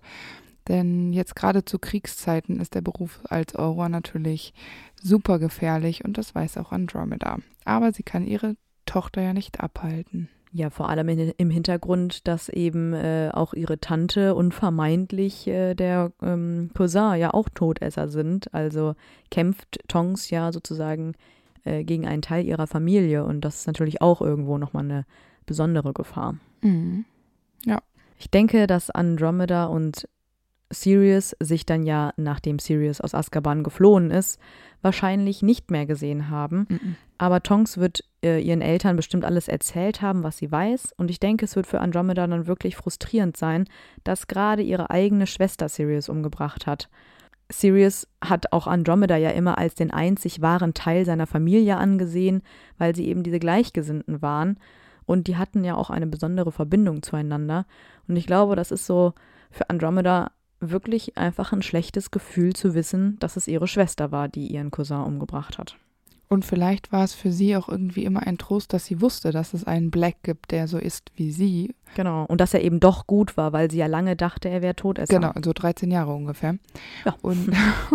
Denn jetzt gerade zu Kriegszeiten ist der Beruf als Auror natürlich super gefährlich und das weiß auch Andromeda. Aber sie kann ihre Tochter ja nicht abhalten. Ja, vor allem in, im Hintergrund, dass eben äh, auch ihre Tante und vermeintlich äh, der ähm, Cousin ja auch Todesser sind. Also kämpft Tonks ja sozusagen äh, gegen einen Teil ihrer Familie und das ist natürlich auch irgendwo nochmal eine besondere Gefahr. Mhm. Ja. Ich denke, dass Andromeda und Sirius sich dann ja, nachdem Sirius aus Azkaban geflohen ist, wahrscheinlich nicht mehr gesehen haben. Mhm. Aber Tonks wird äh, ihren Eltern bestimmt alles erzählt haben, was sie weiß. Und ich denke, es wird für Andromeda dann wirklich frustrierend sein, dass gerade ihre eigene Schwester Sirius umgebracht hat. Sirius hat auch Andromeda ja immer als den einzig wahren Teil seiner Familie angesehen, weil sie eben diese Gleichgesinnten waren. Und die hatten ja auch eine besondere Verbindung zueinander. Und ich glaube, das ist so für Andromeda wirklich einfach ein schlechtes Gefühl zu wissen, dass es ihre Schwester war, die ihren Cousin umgebracht hat. Und vielleicht war es für sie auch irgendwie immer ein Trost, dass sie wusste, dass es einen Black gibt, der so ist wie sie. Genau, und dass er eben doch gut war, weil sie ja lange dachte, er wäre Todesser. Genau, so dreizehn Jahre ungefähr. Ja. Und,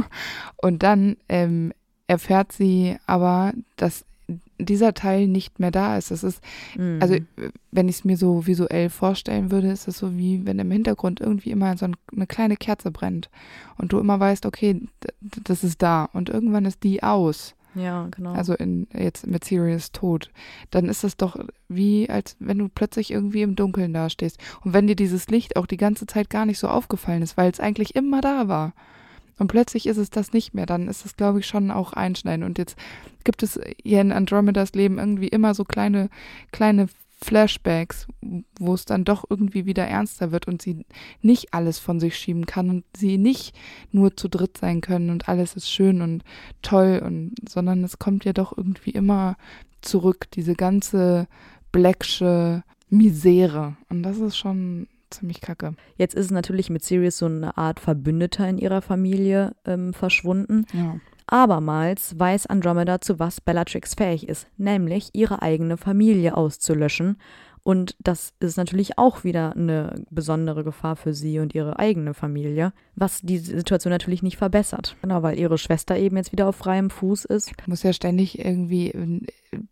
und dann ähm, erfährt sie aber, dass dieser Teil nicht mehr da ist. Das ist, Mhm. also wenn ich es mir so visuell vorstellen würde, ist es so wie, wenn im Hintergrund irgendwie immer so ein, eine kleine Kerze brennt und du immer weißt, okay, d- das ist da und irgendwann ist die aus. Ja, genau. Also in, jetzt mit Sirius Tod, dann ist das doch wie, als wenn du plötzlich irgendwie im Dunkeln dastehst. Und wenn dir dieses Licht auch die ganze Zeit gar nicht so aufgefallen ist, weil es eigentlich immer da war und plötzlich ist es das nicht mehr, dann ist das, glaube ich, schon auch einschneidend. Und jetzt gibt es hier in Andromedas Leben irgendwie immer so kleine, kleine Flashbacks, wo es dann doch irgendwie wieder ernster wird und sie nicht alles von sich schieben kann und sie nicht nur zu dritt sein können und alles ist schön und toll, und sondern es kommt ja doch irgendwie immer zurück, diese ganze Blacksche Misere. Und das ist schon ziemlich kacke. Jetzt ist es natürlich mit Sirius so eine Art Verbündeter in ihrer Familie ähm, verschwunden. Ja. Abermals weiß Andromeda, zu was Bellatrix fähig ist, nämlich ihre eigene Familie auszulöschen. Und das ist natürlich auch wieder eine besondere Gefahr für sie und ihre eigene Familie, was die Situation natürlich nicht verbessert. Genau, weil ihre Schwester eben jetzt wieder auf freiem Fuß ist. Du musst ja ständig irgendwie im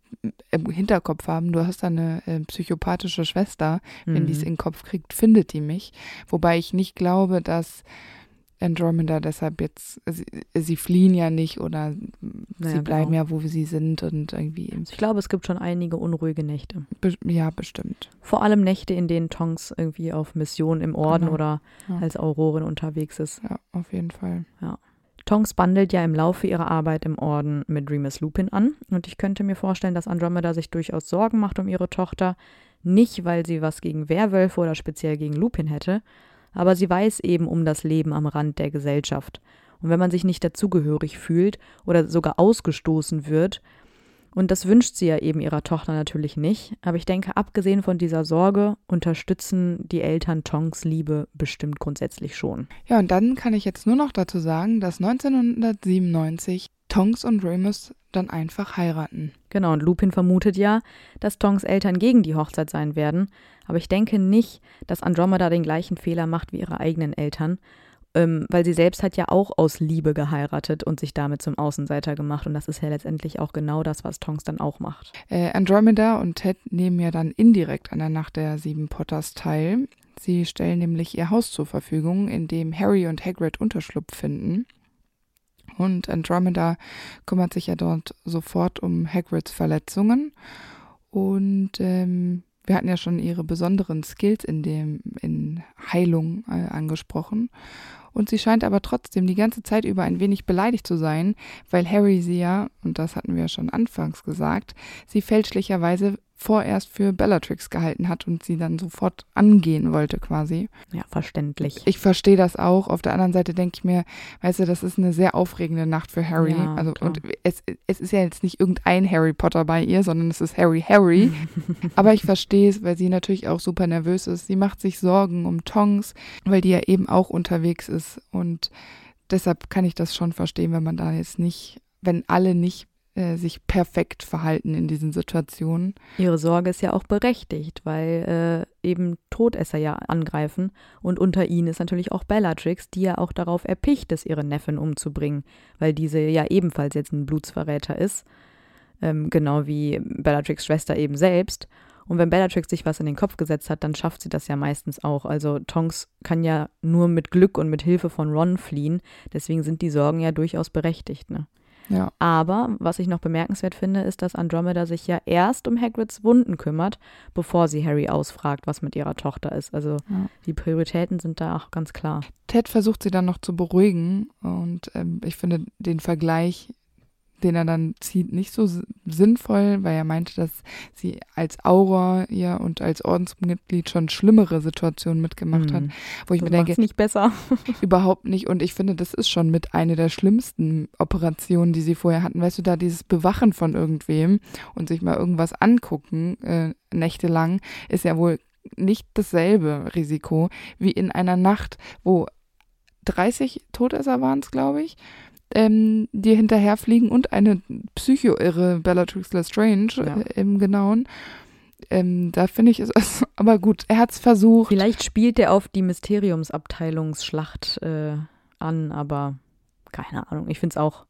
Hinterkopf haben, du hast da eine äh, psychopathische Schwester, wenn Mhm. die es in den Kopf kriegt, findet die mich. Wobei ich nicht glaube, dass Andromeda deshalb jetzt, sie, sie fliehen ja nicht oder Naja, sie bleiben genau. ja, wo sie sind und irgendwie, Ich glaube, es gibt schon einige unruhige Nächte. be- ja, bestimmt. Vor allem Nächte, in denen Tonks irgendwie auf Mission im Orden Genau. oder Ja. als Aurorin unterwegs ist. Ja, auf jeden Fall. Tonks bandelt ja im Laufe ihrer Arbeit im Orden mit Remus Lupin an. Und ich könnte mir vorstellen, dass Andromeda sich durchaus Sorgen macht um ihre Tochter. Nicht, weil sie was gegen Werwölfe oder speziell gegen Lupin hätte, aber sie weiß eben um das Leben am Rand der Gesellschaft. Und wenn man sich nicht dazugehörig fühlt oder sogar ausgestoßen wird, und das wünscht sie ja eben ihrer Tochter natürlich nicht, aber ich denke, abgesehen von dieser Sorge unterstützen die Eltern Tonks Liebe bestimmt grundsätzlich schon. Ja, und dann kann ich jetzt nur noch dazu sagen, dass neunzehnhundertsiebenundneunzig Tonks und Remus dann einfach heiraten. Genau, und Lupin vermutet ja, dass Tonks Eltern gegen die Hochzeit sein werden, aber ich denke nicht, dass Andromeda den gleichen Fehler macht wie ihre eigenen Eltern, ähm, weil sie selbst hat ja auch aus Liebe geheiratet und sich damit zum Außenseiter gemacht, und das ist ja letztendlich auch genau das, was Tonks dann auch macht. Äh, Andromeda und Ted nehmen ja dann indirekt an der Nacht der sieben Potters teil. Sie stellen nämlich ihr Haus zur Verfügung, in dem Harry und Hagrid Unterschlupf finden. Und Andromeda kümmert sich ja dort sofort um Hagrids Verletzungen. Und ähm, wir hatten ja schon ihre besonderen Skills in dem in Heilung äh, angesprochen. Und sie scheint aber trotzdem die ganze Zeit über ein wenig beleidigt zu sein, weil Harry sie ja, und das hatten wir ja schon anfangs gesagt, sie fälschlicherweise vorerst für Bellatrix gehalten hat und sie dann sofort angehen wollte quasi. Ja, verständlich. Ich verstehe das auch. Auf der anderen Seite denke ich mir, weißt du, das ist eine sehr aufregende Nacht für Harry. Ja, also klar. und es, es ist ja jetzt nicht irgendein Harry Potter bei ihr, sondern es ist Harry Harry. Aber ich verstehe es, weil sie natürlich auch super nervös ist. Sie macht sich Sorgen um Tonks, weil die ja eben auch unterwegs ist. Und deshalb kann ich das schon verstehen, wenn man da jetzt nicht, wenn alle nicht äh, sich perfekt verhalten in diesen Situationen. Ihre Sorge ist ja auch berechtigt, weil äh, eben Todesser ja angreifen, und unter ihnen ist natürlich auch Bellatrix, die ja auch darauf erpicht ist, ihre Neffen umzubringen, weil diese ja ebenfalls jetzt ein Blutsverräter ist, ähm, genau wie Bellatrix' Schwester eben selbst. Und wenn Bellatrix sich was in den Kopf gesetzt hat, dann schafft sie das ja meistens auch. Also Tonks kann ja nur mit Glück und mit Hilfe von Ron fliehen, deswegen sind die Sorgen ja durchaus berechtigt, ne? Ja. Aber was ich noch bemerkenswert finde, ist, dass Andromeda sich ja erst um Hagrids Wunden kümmert, bevor sie Harry ausfragt, was mit ihrer Tochter ist. Also Ja. die Prioritäten sind da auch ganz klar. Ted versucht sie dann noch zu beruhigen und ähm, ich finde den Vergleich den er dann zieht, nicht so sinnvoll, weil er meinte, dass sie als Auror ja und als Ordensmitglied schon schlimmere Situationen mitgemacht hat, wo ich das mir denke, macht's nicht besser. Überhaupt nicht. Und ich finde, das ist schon mit eine der schlimmsten Operationen, die sie vorher hatten. Weißt du, da dieses Bewachen von irgendwem und sich mal irgendwas angucken, äh, nächtelang, ist ja wohl nicht dasselbe Risiko wie in einer Nacht, wo dreißig Todesser waren es, glaube ich, ähm, die hinterherfliegen und eine Psycho-Irre Bellatrix Lestrange Ja. äh, im Genauen. Ähm, da finde ich es, aber gut, er hat es versucht. Vielleicht spielt er auf die Mysteriumsabteilungsschlacht äh, an, aber keine Ahnung. Ich finde es auch,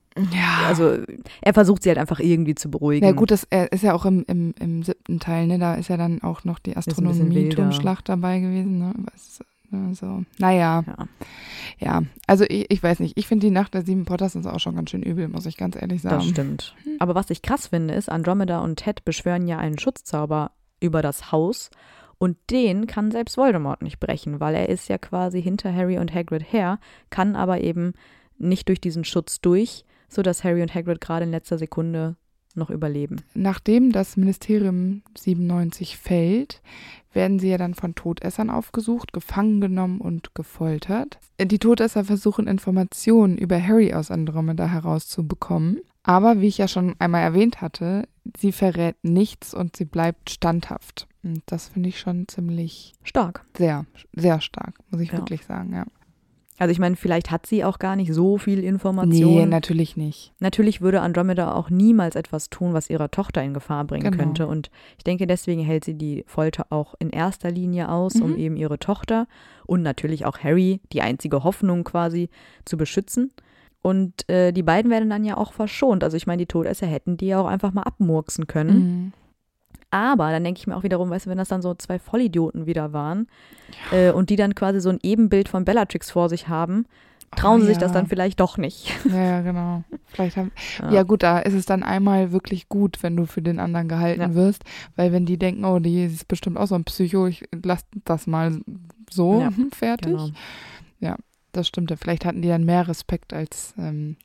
Ja. also er versucht sie halt einfach irgendwie zu beruhigen. Ja gut, das er ist ja auch im, im, im siebten Teil, ne? Da ist ja dann auch noch die ein bisschen Astronomie-Turmschlacht dabei gewesen, ne? Was, also, naja, Ja. ja. Also ich, ich weiß nicht, ich finde die Nacht der sieben Potters ist auch schon ganz schön übel, muss ich ganz ehrlich sagen. Das stimmt. Aber was ich krass finde, ist, Andromeda und Ted beschwören ja einen Schutzzauber über das Haus und den kann selbst Voldemort nicht brechen, weil er ist ja quasi hinter Harry und Hagrid her, kann aber eben nicht durch diesen Schutz durch, sodass Harry und Hagrid gerade in letzter Sekunde noch überleben. Nachdem das Ministerium siebenundneunzig fällt, werden sie ja dann von Todessern aufgesucht, gefangen genommen und gefoltert. Die Todesser versuchen Informationen über Harry aus Andromeda herauszubekommen. Aber wie ich ja schon einmal erwähnt hatte, sie verrät nichts und sie bleibt standhaft. Und das finde ich schon ziemlich Stark. sehr, sehr stark, muss ich Ja. wirklich sagen, ja. Also ich meine, vielleicht hat sie auch gar nicht so viel Information. Nee, natürlich nicht. Natürlich würde Andromeda auch niemals etwas tun, was ihrer Tochter in Gefahr bringen Genau. könnte. Und ich denke, deswegen hält sie die Folter auch in erster Linie aus, Mhm. um eben ihre Tochter und natürlich auch Harry, die einzige Hoffnung quasi, zu beschützen. Und äh, die beiden werden dann ja auch verschont. Also ich meine, die Todesser hätten die ja auch einfach mal abmurksen können. Mhm. Aber dann denke ich mir auch wiederum, weißt du, wenn das dann so zwei Vollidioten wieder waren äh, und die dann quasi so ein Ebenbild von Bellatrix vor sich haben, trauen Oh, sie sich ja. das dann vielleicht doch nicht. Ja, ja, genau. Vielleicht haben, Ja. ja. gut, da ist es dann einmal wirklich gut, wenn du für den anderen gehalten Ja. wirst, weil wenn die denken, oh, die ist bestimmt auch so ein Psycho, ich lass das mal so Ja, fertig. Genau. Das stimmt. Vielleicht hatten die dann mehr Respekt, als ähm,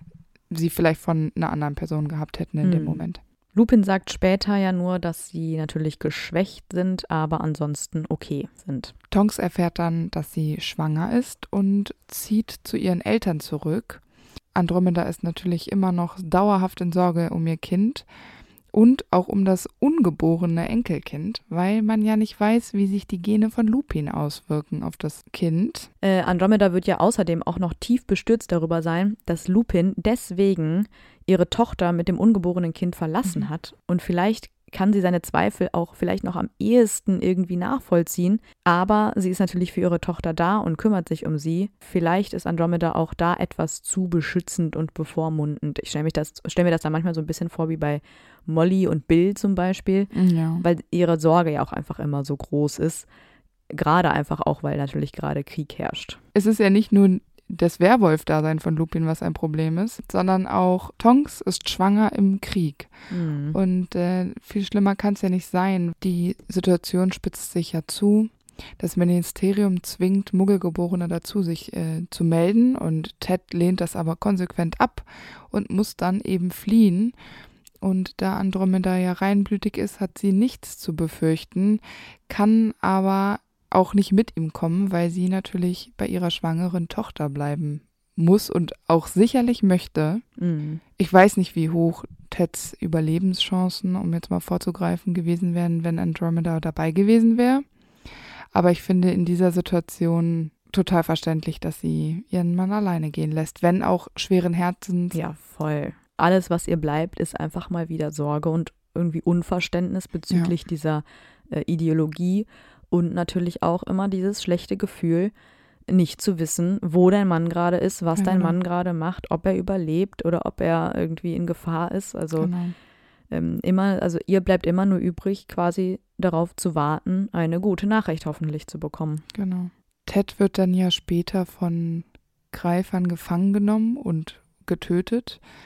sie vielleicht von einer anderen Person gehabt hätten in Hm. dem Moment. Lupin sagt später ja nur, dass sie natürlich geschwächt sind, aber ansonsten okay sind. Tonks erfährt dann, dass sie schwanger ist und zieht zu ihren Eltern zurück. Andromeda ist natürlich immer noch dauerhaft in Sorge um ihr Kind und auch um das ungeborene Enkelkind, weil man ja nicht weiß, wie sich die Gene von Lupin auswirken auf das Kind. Äh, Andromeda wird ja außerdem auch noch tief bestürzt darüber sein, dass Lupin deswegen ihre Tochter mit dem ungeborenen Kind verlassen Mhm. hat. Und vielleicht kann sie seine Zweifel auch vielleicht noch am ehesten irgendwie nachvollziehen. Aber sie ist natürlich für ihre Tochter da und kümmert sich um sie. Vielleicht ist Andromeda auch da etwas zu beschützend und bevormundend. Ich stelle mich das, stell mir das da manchmal so ein bisschen vor wie bei Molly und Bill zum Beispiel, Ja. weil ihre Sorge ja auch einfach immer so groß ist. Gerade einfach auch, weil natürlich gerade Krieg herrscht. Es ist ja nicht nur das Werwolf-Dasein von Lupin, was ein Problem ist, sondern auch Tonks ist schwanger im Krieg. Mhm. Und äh, viel schlimmer kann es ja nicht sein. Die Situation spitzt sich ja zu. Das Ministerium zwingt Muggelgeborene dazu, sich äh, zu melden. Und Ted lehnt das aber konsequent ab und muss dann eben fliehen. Und da Andromeda ja reinblütig ist, hat sie nichts zu befürchten, kann aber auch nicht mit ihm kommen, weil sie natürlich bei ihrer schwangeren Tochter bleiben muss und auch sicherlich möchte. Mhm. Ich weiß nicht, wie hoch Teds Überlebenschancen, um jetzt mal vorzugreifen, gewesen wären, wenn Andromeda dabei gewesen wäre. Aber ich finde in dieser Situation total verständlich, dass sie ihren Mann alleine gehen lässt, wenn auch schweren Herzens. Ja, voll. Alles, was ihr bleibt, ist einfach mal wieder Sorge und irgendwie Unverständnis bezüglich ja. dieser äh, Ideologie und natürlich auch immer dieses schlechte Gefühl, nicht zu wissen, wo dein Mann gerade ist, was Ja, dein genau. Mann gerade macht, ob er überlebt oder ob er irgendwie in Gefahr ist. Also Genau. ähm, immer, also ihr bleibt immer nur übrig, quasi darauf zu warten, eine gute Nachricht hoffentlich zu bekommen. Genau. Ted wird dann ja später von Greifern gefangen genommen und getötet,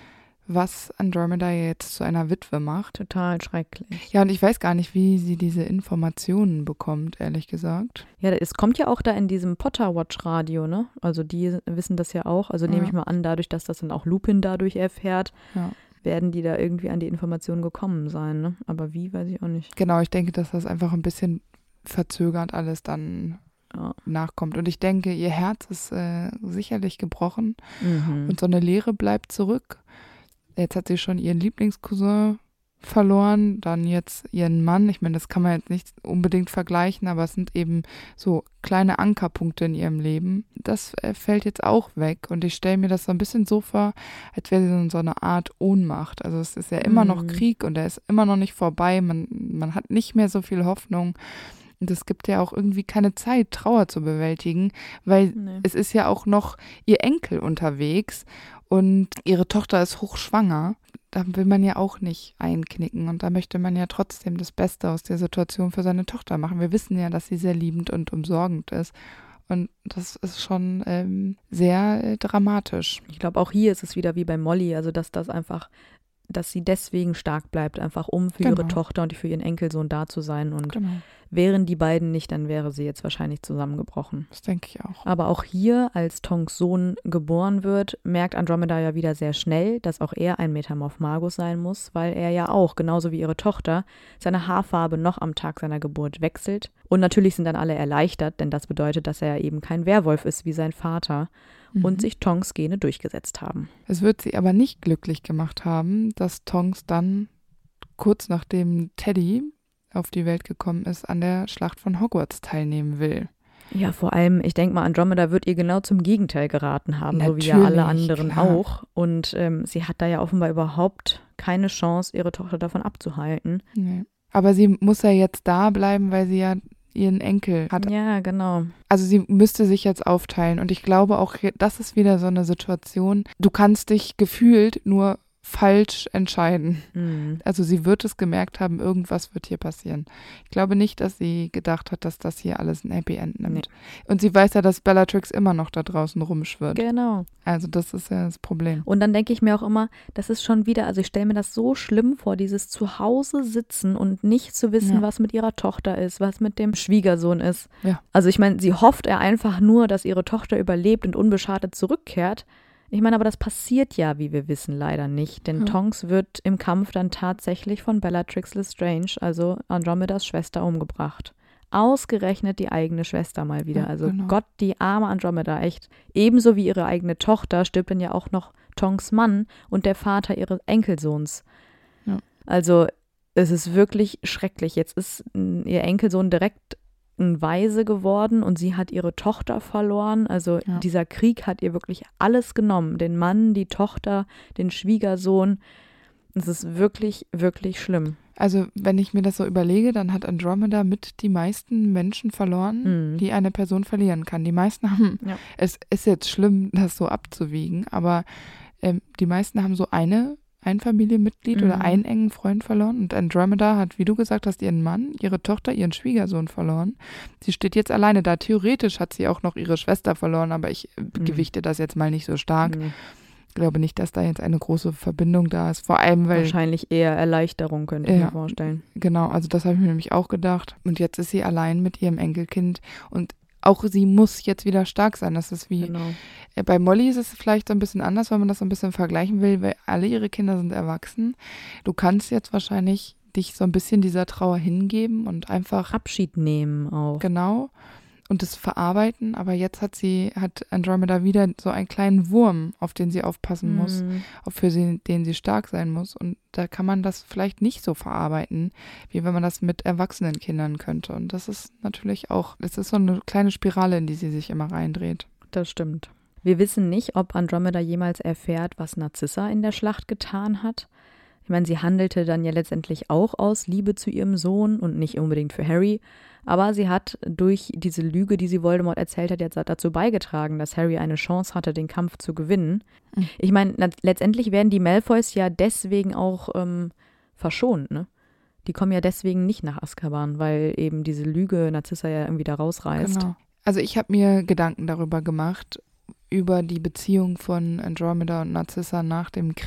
was Andromeda jetzt zu einer Witwe macht. Total schrecklich. Ja, und ich weiß gar nicht, wie sie diese Informationen bekommt, ehrlich gesagt. Ja, es kommt ja auch da in diesem Potter-Watch-Radio, ne? Also die wissen das ja auch. Also nehme Ja. ich mal an, dadurch, dass das dann auch Lupin dadurch erfährt, Ja. werden die da irgendwie an die Informationen gekommen sein, ne? Aber wie, weiß ich auch nicht. Genau, ich denke, dass das einfach ein bisschen verzögert alles dann Ja. nachkommt. Und ich denke, ihr Herz ist äh, sicherlich gebrochen Mhm. und so eine Leere bleibt zurück. Jetzt hat sie schon ihren Lieblingscousin verloren, dann jetzt ihren Mann. Ich meine, das kann man jetzt nicht unbedingt vergleichen, aber es sind eben so kleine Ankerpunkte in ihrem Leben. Das äh, fällt jetzt auch weg und ich stelle mir das so ein bisschen so vor, als wäre sie so, so eine Art Ohnmacht. Also es ist ja immer noch Mhm. Krieg und der ist immer noch nicht vorbei. Man, man hat nicht mehr so viel Hoffnung. Und es gibt ja auch irgendwie keine Zeit, Trauer zu bewältigen, weil Nee. es ist ja auch noch ihr Enkel unterwegs und ihre Tochter ist hochschwanger. Da will man ja auch nicht einknicken und da möchte man ja trotzdem das Beste aus der Situation für seine Tochter machen. Wir wissen ja, dass sie sehr liebend und umsorgend ist und das ist schon ähm, sehr äh, dramatisch. Ich glaube, auch hier ist es wieder wie bei Molly, also dass das einfach, dass sie deswegen stark bleibt, einfach um für ihre Genau. Tochter und für ihren Enkelsohn da zu sein. Und Genau, wären die beiden nicht, dann wäre sie jetzt wahrscheinlich zusammengebrochen. das denke ich auch. Aber auch hier, als Tonks Sohn geboren wird, merkt Andromeda ja wieder sehr schnell, dass auch er ein Metamorph Magus sein muss, weil er ja auch, genauso wie ihre Tochter, seine Haarfarbe noch am Tag seiner Geburt wechselt. Und natürlich sind dann alle erleichtert, denn das bedeutet, dass er eben kein Werwolf ist wie sein Vater und Mhm. sich Tonks Gene durchgesetzt haben. Es wird sie aber nicht glücklich gemacht haben, dass Tonks dann kurz nachdem Teddy auf die Welt gekommen ist, an der Schlacht von Hogwarts teilnehmen will. Ja, vor allem, ich denke mal, Andromeda wird ihr genau zum Gegenteil geraten haben, so wie ja alle Natürlich, anderen klar. auch. Und ähm, sie hat da ja offenbar überhaupt keine Chance, ihre Tochter davon abzuhalten. Nee. Aber sie muss ja jetzt da bleiben, weil sie ja ihren Enkel hat. Ja, genau. Also sie müsste sich jetzt aufteilen. Und ich glaube auch, das ist wieder so eine Situation, du kannst dich gefühlt nur falsch entscheiden. Mhm. Also sie wird es gemerkt haben, irgendwas wird hier passieren. Ich glaube nicht, dass sie gedacht hat, dass das hier alles ein Happy End nimmt. Nee. Und sie weiß ja, dass Bellatrix immer noch da draußen rumschwirrt. Genau. Also das ist ja das Problem. Und dann denke ich mir auch immer, das ist schon wieder, also ich stelle mir das so schlimm vor, dieses Zuhause sitzen und nicht zu wissen, Ja. was mit ihrer Tochter ist, was mit dem Schwiegersohn ist. Ja. Also ich meine, sie hofft er einfach nur, dass ihre Tochter überlebt und unbeschadet zurückkehrt. Ich meine, aber das passiert ja, wie wir wissen, leider nicht. Denn Ja. Tonks wird im Kampf dann tatsächlich von Bellatrix Lestrange, also Andromedas Schwester, umgebracht. Ausgerechnet die eigene Schwester mal wieder. Ja, Also genau. Gott, die arme Andromeda, echt. Ebenso wie ihre eigene Tochter stirbt dann ja auch noch Tonks Mann und der Vater ihres Enkelsohns. Ja. Also es ist wirklich schrecklich. Jetzt ist mm, ihr Enkelsohn direkt ein Waise geworden und sie hat ihre Tochter verloren. Also Ja. dieser Krieg hat ihr wirklich alles genommen. Den Mann, die Tochter, den Schwiegersohn. Es ist wirklich, wirklich schlimm. Also wenn ich mir das so überlege, dann hat Andromeda mit die meisten Menschen verloren, Mhm. die eine Person verlieren kann. Die meisten haben, Ja. es ist jetzt schlimm, das so abzuwiegen, aber ähm, die meisten haben so eine ein Familienmitglied Mhm. oder einen engen Freund verloren. Und Andromeda hat, wie du gesagt hast, ihren Mann, ihre Tochter, ihren Schwiegersohn verloren. Sie steht jetzt alleine da. Theoretisch hat sie auch noch ihre Schwester verloren, aber ich äh, Mhm. gewichte das jetzt mal nicht so stark. Mhm. Ich glaube nicht, dass da jetzt eine große Verbindung da ist. Vor allem, weil, Wahrscheinlich eher Erleichterung, könnte ich Ja. mir vorstellen. genau, also das habe ich mir nämlich auch gedacht. Und jetzt ist sie allein mit ihrem Enkelkind und auch sie muss jetzt wieder stark sein. Das ist wie, Genau. äh, bei Molly ist es vielleicht so ein bisschen anders, wenn man das so ein bisschen vergleichen will, weil alle ihre Kinder sind erwachsen. Du kannst jetzt wahrscheinlich dich so ein bisschen dieser Trauer hingeben und einfach Abschied nehmen auch. genau und es verarbeiten. Aber jetzt hat sie, hat Andromeda wieder so einen kleinen Wurm, auf den sie aufpassen muss, Mhm. auf für sie, den sie stark sein muss. Und da kann man das vielleicht nicht so verarbeiten, wie wenn man das mit erwachsenen Kindern könnte. Und das ist natürlich auch, es ist so eine kleine Spirale, in die sie sich immer reindreht. Das stimmt. Wir wissen nicht, ob Andromeda jemals erfährt, was Narcissa in der Schlacht getan hat. Ich meine, sie handelte dann ja letztendlich auch aus Liebe zu ihrem Sohn und nicht unbedingt für Harry. Aber sie hat durch diese Lüge, die sie Voldemort erzählt hat, jetzt dazu beigetragen, dass Harry eine Chance hatte, den Kampf zu gewinnen. Mhm. Ich meine, na- letztendlich werden die Malfoys ja deswegen auch ähm, verschont, ne? Die kommen ja deswegen nicht nach Azkaban, weil eben diese Lüge Narcissa ja irgendwie da rausreißt. Genau. Also ich habe mir Gedanken darüber gemacht, über die Beziehung von Andromeda und Narcissa nach dem Krieg.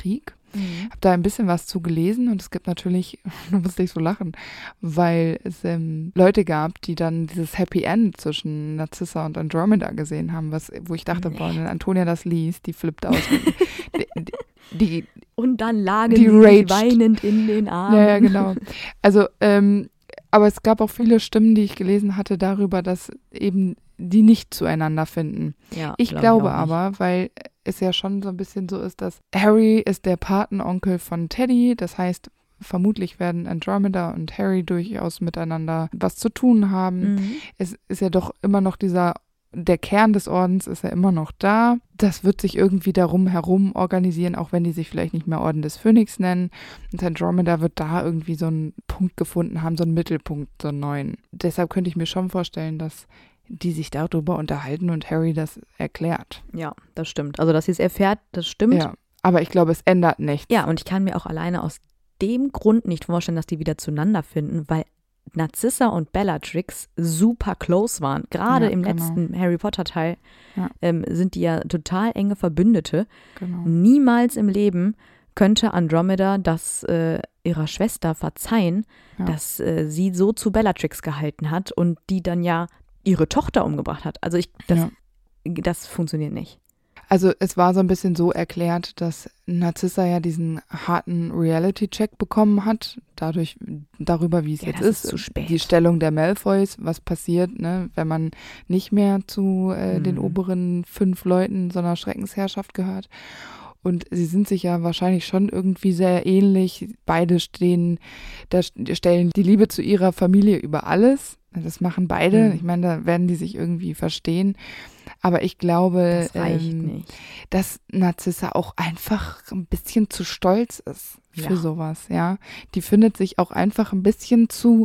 Mhm. Habe da ein bisschen was zu gelesen und es gibt natürlich, da musste ich so lachen, weil es ähm, Leute gab, die dann dieses Happy End zwischen Narcissa und Andromeda gesehen haben, was, wo ich dachte, nee. boah, wenn Antonia das liest, die flippt aus. die, die, die, und dann lagen die sie raged. weinend in den Armen. Ja, ja, genau. Also, ähm, aber es gab auch viele Stimmen, die ich gelesen hatte darüber, dass eben die nicht zueinander finden. Ja, ich glaub glaube ich aber, weil es ja schon so ein bisschen so ist, dass Harry ist der Patenonkel von Teddy, das heißt, vermutlich werden Andromeda und Harry durchaus miteinander was zu tun haben. Mhm. Es ist ja doch immer noch dieser, der Kern des Ordens ist ja immer noch da. Das wird sich irgendwie darum herum organisieren, auch wenn die sich vielleicht nicht mehr Orden des Phönix nennen. Und Andromeda wird da irgendwie so einen Punkt gefunden haben, so einen Mittelpunkt, so einen neuen. Deshalb könnte ich mir schon vorstellen, dass die sich darüber unterhalten und Harry das erklärt. Ja, das stimmt. Also, dass sie es erfährt, das stimmt. Ja, aber ich glaube, es ändert nichts. Ja, und ich kann mir auch alleine aus dem Grund nicht vorstellen, dass die wieder zueinander finden, weil Narcissa und Bellatrix super close waren. Gerade ja, im genau. letzten Harry Potter-Teil ja. ähm, sind die ja total enge Verbündete. Genau. Niemals im Leben könnte Andromeda das äh, ihrer Schwester verzeihen, ja. dass äh, sie so zu Bellatrix gehalten hat und die dann ja ihre Tochter umgebracht hat. Also ich, das, ja. das funktioniert nicht. Also es war so ein bisschen so erklärt, dass Narcissa ja diesen harten Reality-Check bekommen hat, dadurch, darüber, wie es ja, jetzt das ist, ist zu spät. Die Stellung der Malfoys, was passiert, ne, wenn man nicht mehr zu äh, hm. den oberen fünf Leuten so einer Schreckensherrschaft gehört. Und sie sind sich ja wahrscheinlich schon irgendwie sehr ähnlich. Beide stehen, da stellen die Liebe zu ihrer Familie über alles. Das machen beide. Mhm. Ich meine, da werden die sich irgendwie verstehen. Aber ich glaube, das reicht ähm, nicht. dass Narcissa auch einfach ein bisschen zu stolz ist für ja. sowas, ja. Die findet sich auch einfach ein bisschen zu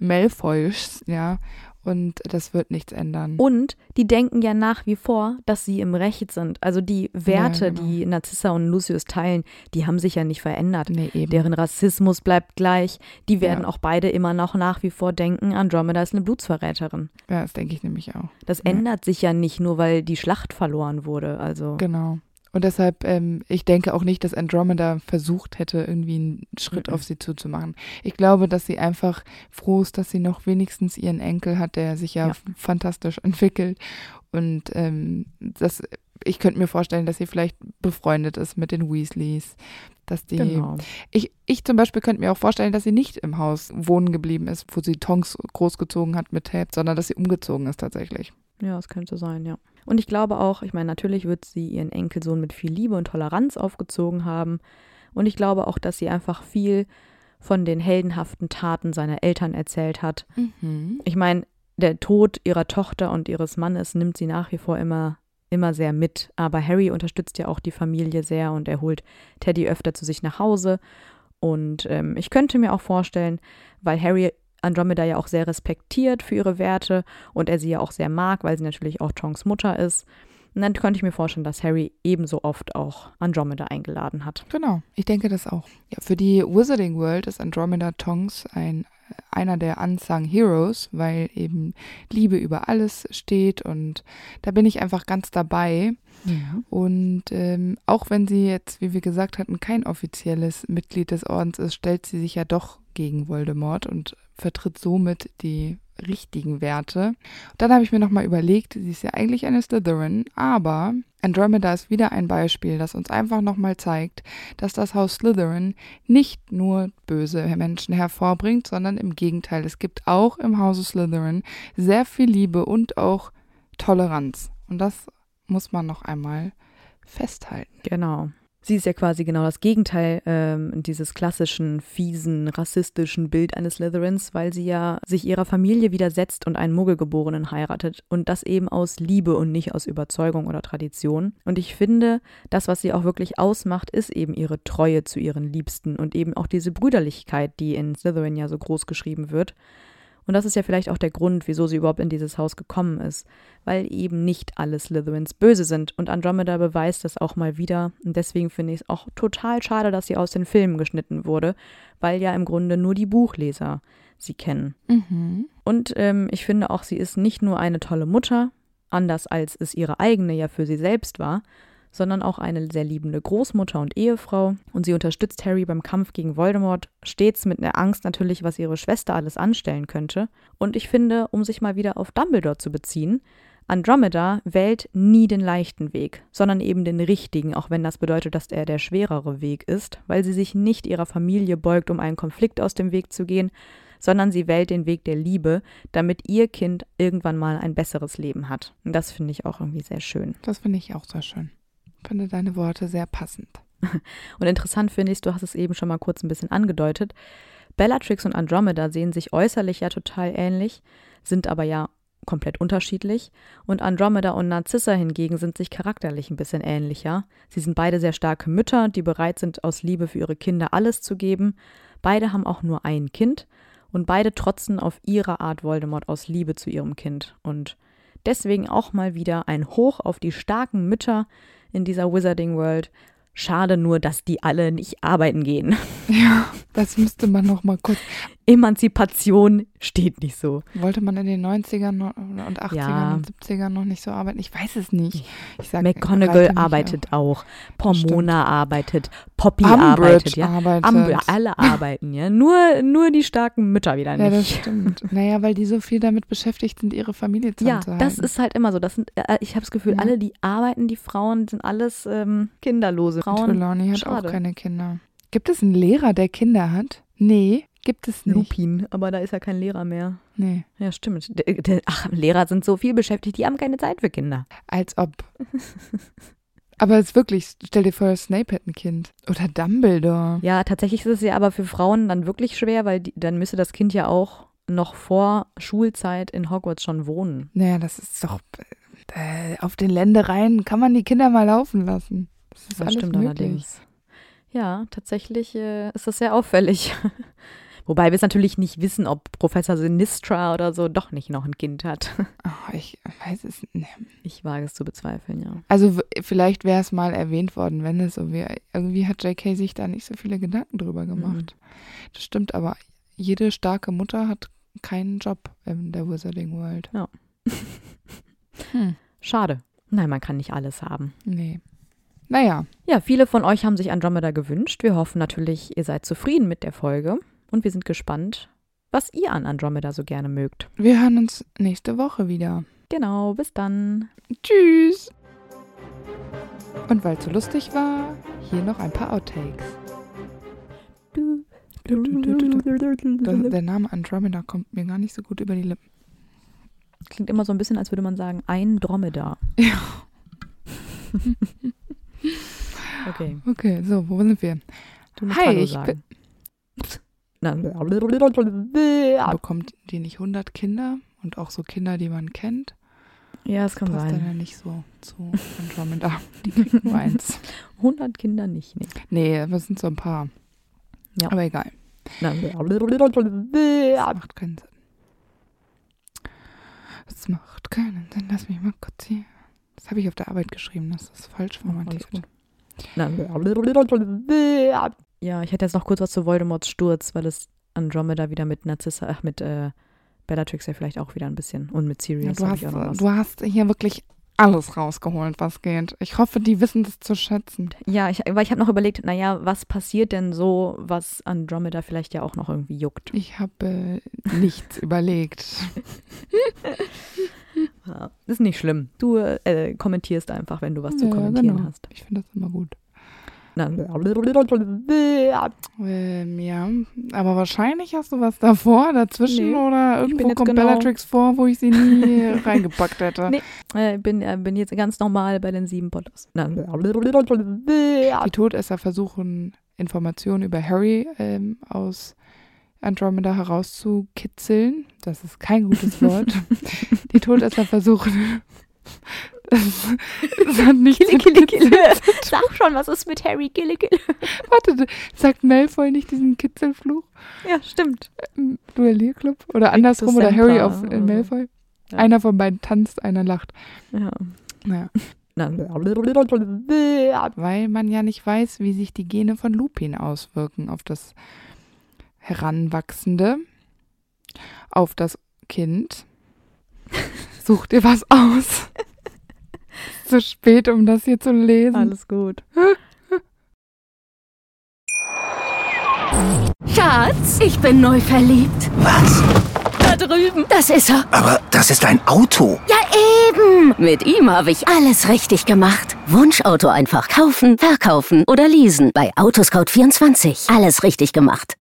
Malfoys, ja. Und das wird nichts ändern. Und die denken ja nach wie vor, dass sie im Recht sind. Also die Werte, ja, genau. die Narcissa und Lucius teilen, die haben sich ja nicht verändert. Nee, eben. Deren Rassismus bleibt gleich. Die werden ja. auch beide immer noch nach wie vor denken, Andromeda ist eine Blutsverräterin. Ja, das denke ich nämlich auch. Das ja. ändert sich ja nicht nur, weil die Schlacht verloren wurde. Also genau. Und deshalb, ähm, ich denke auch nicht, dass Andromeda versucht hätte, irgendwie einen Schritt mhm. auf sie zuzumachen. Ich glaube, dass sie einfach froh ist, dass sie noch wenigstens ihren Enkel hat, der sich ja, ja. fantastisch entwickelt. Und ähm, das, ich könnte mir vorstellen, dass sie vielleicht befreundet ist mit den Weasleys. Dass die, genau. ich, ich zum Beispiel könnte mir auch vorstellen, dass sie nicht im Haus wohnen geblieben ist, wo sie Tonks großgezogen hat mit Ted, sondern dass sie umgezogen ist tatsächlich. Ja, das könnte sein, ja. Und ich glaube auch, ich meine, natürlich wird sie ihren Enkelsohn mit viel Liebe und Toleranz aufgezogen haben. Und ich glaube auch, dass sie einfach viel von den heldenhaften Taten seiner Eltern erzählt hat. Mhm. Ich meine, der Tod ihrer Tochter und ihres Mannes nimmt sie nach wie vor immer, immer sehr mit. Aber Harry unterstützt ja auch die Familie sehr und er holt Teddy öfter zu sich nach Hause. Und ähm, ich könnte mir auch vorstellen, weil Harry Andromeda ja auch sehr respektiert für ihre Werte und er sie ja auch sehr mag, weil sie natürlich auch Tonks Mutter ist. Und dann könnte ich mir vorstellen, dass Harry ebenso oft auch Andromeda eingeladen hat. Genau, ich denke das auch. Ja, für die Wizarding World ist Andromeda Tonks ein, einer der Unsung Heroes, weil eben Liebe über alles steht und da bin ich einfach ganz dabei. Ja. Und ähm, auch wenn sie jetzt, wie wir gesagt hatten, kein offizielles Mitglied des Ordens ist, stellt sie sich ja doch gegen Voldemort und vertritt somit die richtigen Werte. Dann habe ich mir nochmal überlegt, sie ist ja eigentlich eine Slytherin, aber Andromeda ist wieder ein Beispiel, das uns einfach nochmal zeigt, dass das Haus Slytherin nicht nur böse Menschen hervorbringt, sondern im Gegenteil, es gibt auch im Hause Slytherin sehr viel Liebe und auch Toleranz. Und das muss man noch einmal festhalten. Genau. Sie ist ja quasi genau das Gegenteil ähm, dieses klassischen, fiesen, rassistischen Bild eines Slytherins, weil sie ja sich ihrer Familie widersetzt und einen Muggelgeborenen heiratet. Und das eben aus Liebe und nicht aus Überzeugung oder Tradition. Und ich finde, das, was sie auch wirklich ausmacht, ist eben ihre Treue zu ihren Liebsten und eben auch diese Brüderlichkeit, die in Slytherin ja so groß geschrieben wird. Und das ist ja vielleicht auch der Grund, wieso sie überhaupt in dieses Haus gekommen ist, weil eben nicht alle Slytherins böse sind und Andromeda beweist das auch mal wieder und deswegen finde ich es auch total schade, dass sie aus den Filmen geschnitten wurde, weil ja im Grunde nur die Buchleser sie kennen. Mhm. Und ähm, ich finde auch, sie ist nicht nur eine tolle Mutter, anders als es ihre eigene ja für sie selbst war, sondern auch eine sehr liebende Großmutter und Ehefrau. Und sie unterstützt Harry beim Kampf gegen Voldemort, stets mit der Angst natürlich, was ihre Schwester alles anstellen könnte. Und ich finde, um sich mal wieder auf Dumbledore zu beziehen, Andromeda wählt nie den leichten Weg, sondern eben den richtigen, auch wenn das bedeutet, dass er der schwerere Weg ist, weil sie sich nicht ihrer Familie beugt, um einen Konflikt aus dem Weg zu gehen, sondern sie wählt den Weg der Liebe, damit ihr Kind irgendwann mal ein besseres Leben hat. Und das finde ich auch irgendwie sehr schön. Das finde ich auch sehr schön. Ich finde deine Worte sehr passend. Und interessant finde ich, du hast es eben schon mal kurz ein bisschen angedeutet, Bellatrix und Andromeda sehen sich äußerlich ja total ähnlich, sind aber ja komplett unterschiedlich. Und Andromeda und Narcissa hingegen sind sich charakterlich ein bisschen ähnlicher. Sie sind beide sehr starke Mütter, die bereit sind, aus Liebe für ihre Kinder alles zu geben. Beide haben auch nur ein Kind und beide trotzen auf ihre Art Voldemort aus Liebe zu ihrem Kind. Und deswegen auch mal wieder ein Hoch auf die starken Mütter in dieser Wizarding World. Schade nur, dass die alle nicht arbeiten gehen. Ja, das müsste man noch mal kurz. Emanzipation steht nicht so. Wollte man in den neunzigern und achtzigern Ja. und siebzigern noch nicht so arbeiten? Ich weiß es nicht. Ich sag, McGonagall reite mich arbeitet auf. auch. Pomona arbeitet. Poppy Umbridge arbeitet. Ja. arbeitet. Umbridge, alle arbeiten, ja. Nur, nur die starken Mütter wieder Ja, das nicht. stimmt. Naja, weil die so viel damit beschäftigt sind, ihre Familie Ja, zusammenzuhalten. das ist halt immer so. Das sind, äh, ich habe das Gefühl, Ja. alle, die arbeiten, die Frauen, sind alles ähm, kinderlose Frauen. Trelawney hat Schade. auch keine Kinder. Gibt es einen Lehrer, der Kinder hat? Nee, gibt es nicht. Lupin, aber da ist ja kein Lehrer mehr. Nee, Ja, stimmt. Der, der, ach, Lehrer sind so viel beschäftigt, die haben keine Zeit für Kinder. als ob. Aber es ist wirklich, stell dir vor, Snape hätte ein Kind. Oder Dumbledore. Ja, tatsächlich ist es ja aber für Frauen dann wirklich schwer, weil die, dann müsste das Kind ja auch noch vor Schulzeit in Hogwarts schon wohnen. Naja, das ist doch, äh, auf den Ländereien kann man die Kinder mal laufen lassen. Das ist Das alles stimmt möglich. allerdings. Ja, tatsächlich äh, ist das sehr auffällig. Wobei wir es natürlich nicht wissen, ob Professor Sinistra oder so doch nicht noch ein Kind hat. Oh, ich weiß es nicht. Ich wage es zu bezweifeln, ja. Also w- vielleicht wäre es mal erwähnt worden, wenn es so wäre. Irgendwie hat J K sich da nicht so viele Gedanken drüber gemacht. Das stimmt, aber jede starke Mutter hat keinen Job in der Wizarding World. Ja. Hm. Schade. Nein, man kann nicht alles haben. Nee. Naja, Ja, viele von euch haben sich Andromeda gewünscht. Wir hoffen natürlich, ihr seid zufrieden mit der Folge. Und wir sind gespannt, was ihr an Andromeda so gerne mögt. wir hören uns nächste Woche wieder. Genau, bis dann. Tschüss. Und weil es so lustig war, hier noch ein paar Outtakes. Du. Das, der Name Andromeda kommt mir gar nicht so gut über die Lippen. Klingt immer so ein bisschen, als würde man sagen, ein Dromedar. Ja. Okay. Okay, so, wo sind wir? Du musst Hi, Hallo ich sagen. Na. Bekommt die nicht hundert Kinder? Und auch so Kinder, die man kennt? Ja, es kann Passt dann ja sein. nicht so zu Andromeda. Die kriegt nur eins. hundert Kinder nicht, nee. Nee, aber es sind so ein paar. Ja. Aber egal. Na. Das macht keinen Sinn. Das macht keinen Sinn. Lass mich mal kurz hier. Das habe ich auf der Arbeit geschrieben. Das ist falsch formatiert. Alles gut. Na. Ja, ich hätte jetzt noch kurz was zu Voldemorts Sturz, weil es Andromeda wieder mit Narcissa, ach, mit äh, Bellatrix ja vielleicht auch wieder ein bisschen. Und mit Ja, Sirius du, habe hast, ich auch noch was. du hast hier wirklich alles rausgeholt, was geht. Ich hoffe, die wissen das zu schätzen. Ja, ich, weil ich habe noch überlegt, naja, was passiert denn so, was Andromeda vielleicht ja auch noch irgendwie juckt. Ich habe äh, nichts überlegt. Ja, ist nicht schlimm. Du äh, kommentierst einfach, wenn du was zu Ja, kommentieren genau. hast. Ich finde das immer gut. Na. Ähm, ja, aber wahrscheinlich hast du was davor, dazwischen Nee, oder bin irgendwo jetzt kommt genau- Bellatrix vor, wo ich sie nie reingepackt hätte. Nee. Äh, bin, äh, bin jetzt ganz normal bei den sieben Potters. Na. Die Todesser versuchen, Informationen über Harry ähm, aus Andromeda herauszukitzeln. Das ist kein gutes Wort. Die Todesser versuchen... Das, das hat nichts Kille, mit kille, kille. Sag schon, was ist mit Harry? Kille, kille. Warte, sagt Malfoy nicht diesen Kitzelfluch? Ja, stimmt. Im Duellierclub? Oder andersrum, oder Semper Harry auf oder äh, so. Malfoy? Ja. Einer von beiden tanzt, einer lacht. Ja. Naja. Na. Weil man ja nicht weiß, wie sich die Gene von Lupin auswirken auf das Heranwachsende, auf das Kind. Such dir was aus. zu spät, um das hier zu lesen. Alles gut. Schatz, ich bin neu verliebt. Was? Da drüben. Das ist er. Aber das ist ein Auto. Ja, eben. Mit ihm habe ich alles richtig gemacht. Wunschauto einfach kaufen, verkaufen oder leasen. Bei Autoscout vierundzwanzig. Alles richtig gemacht.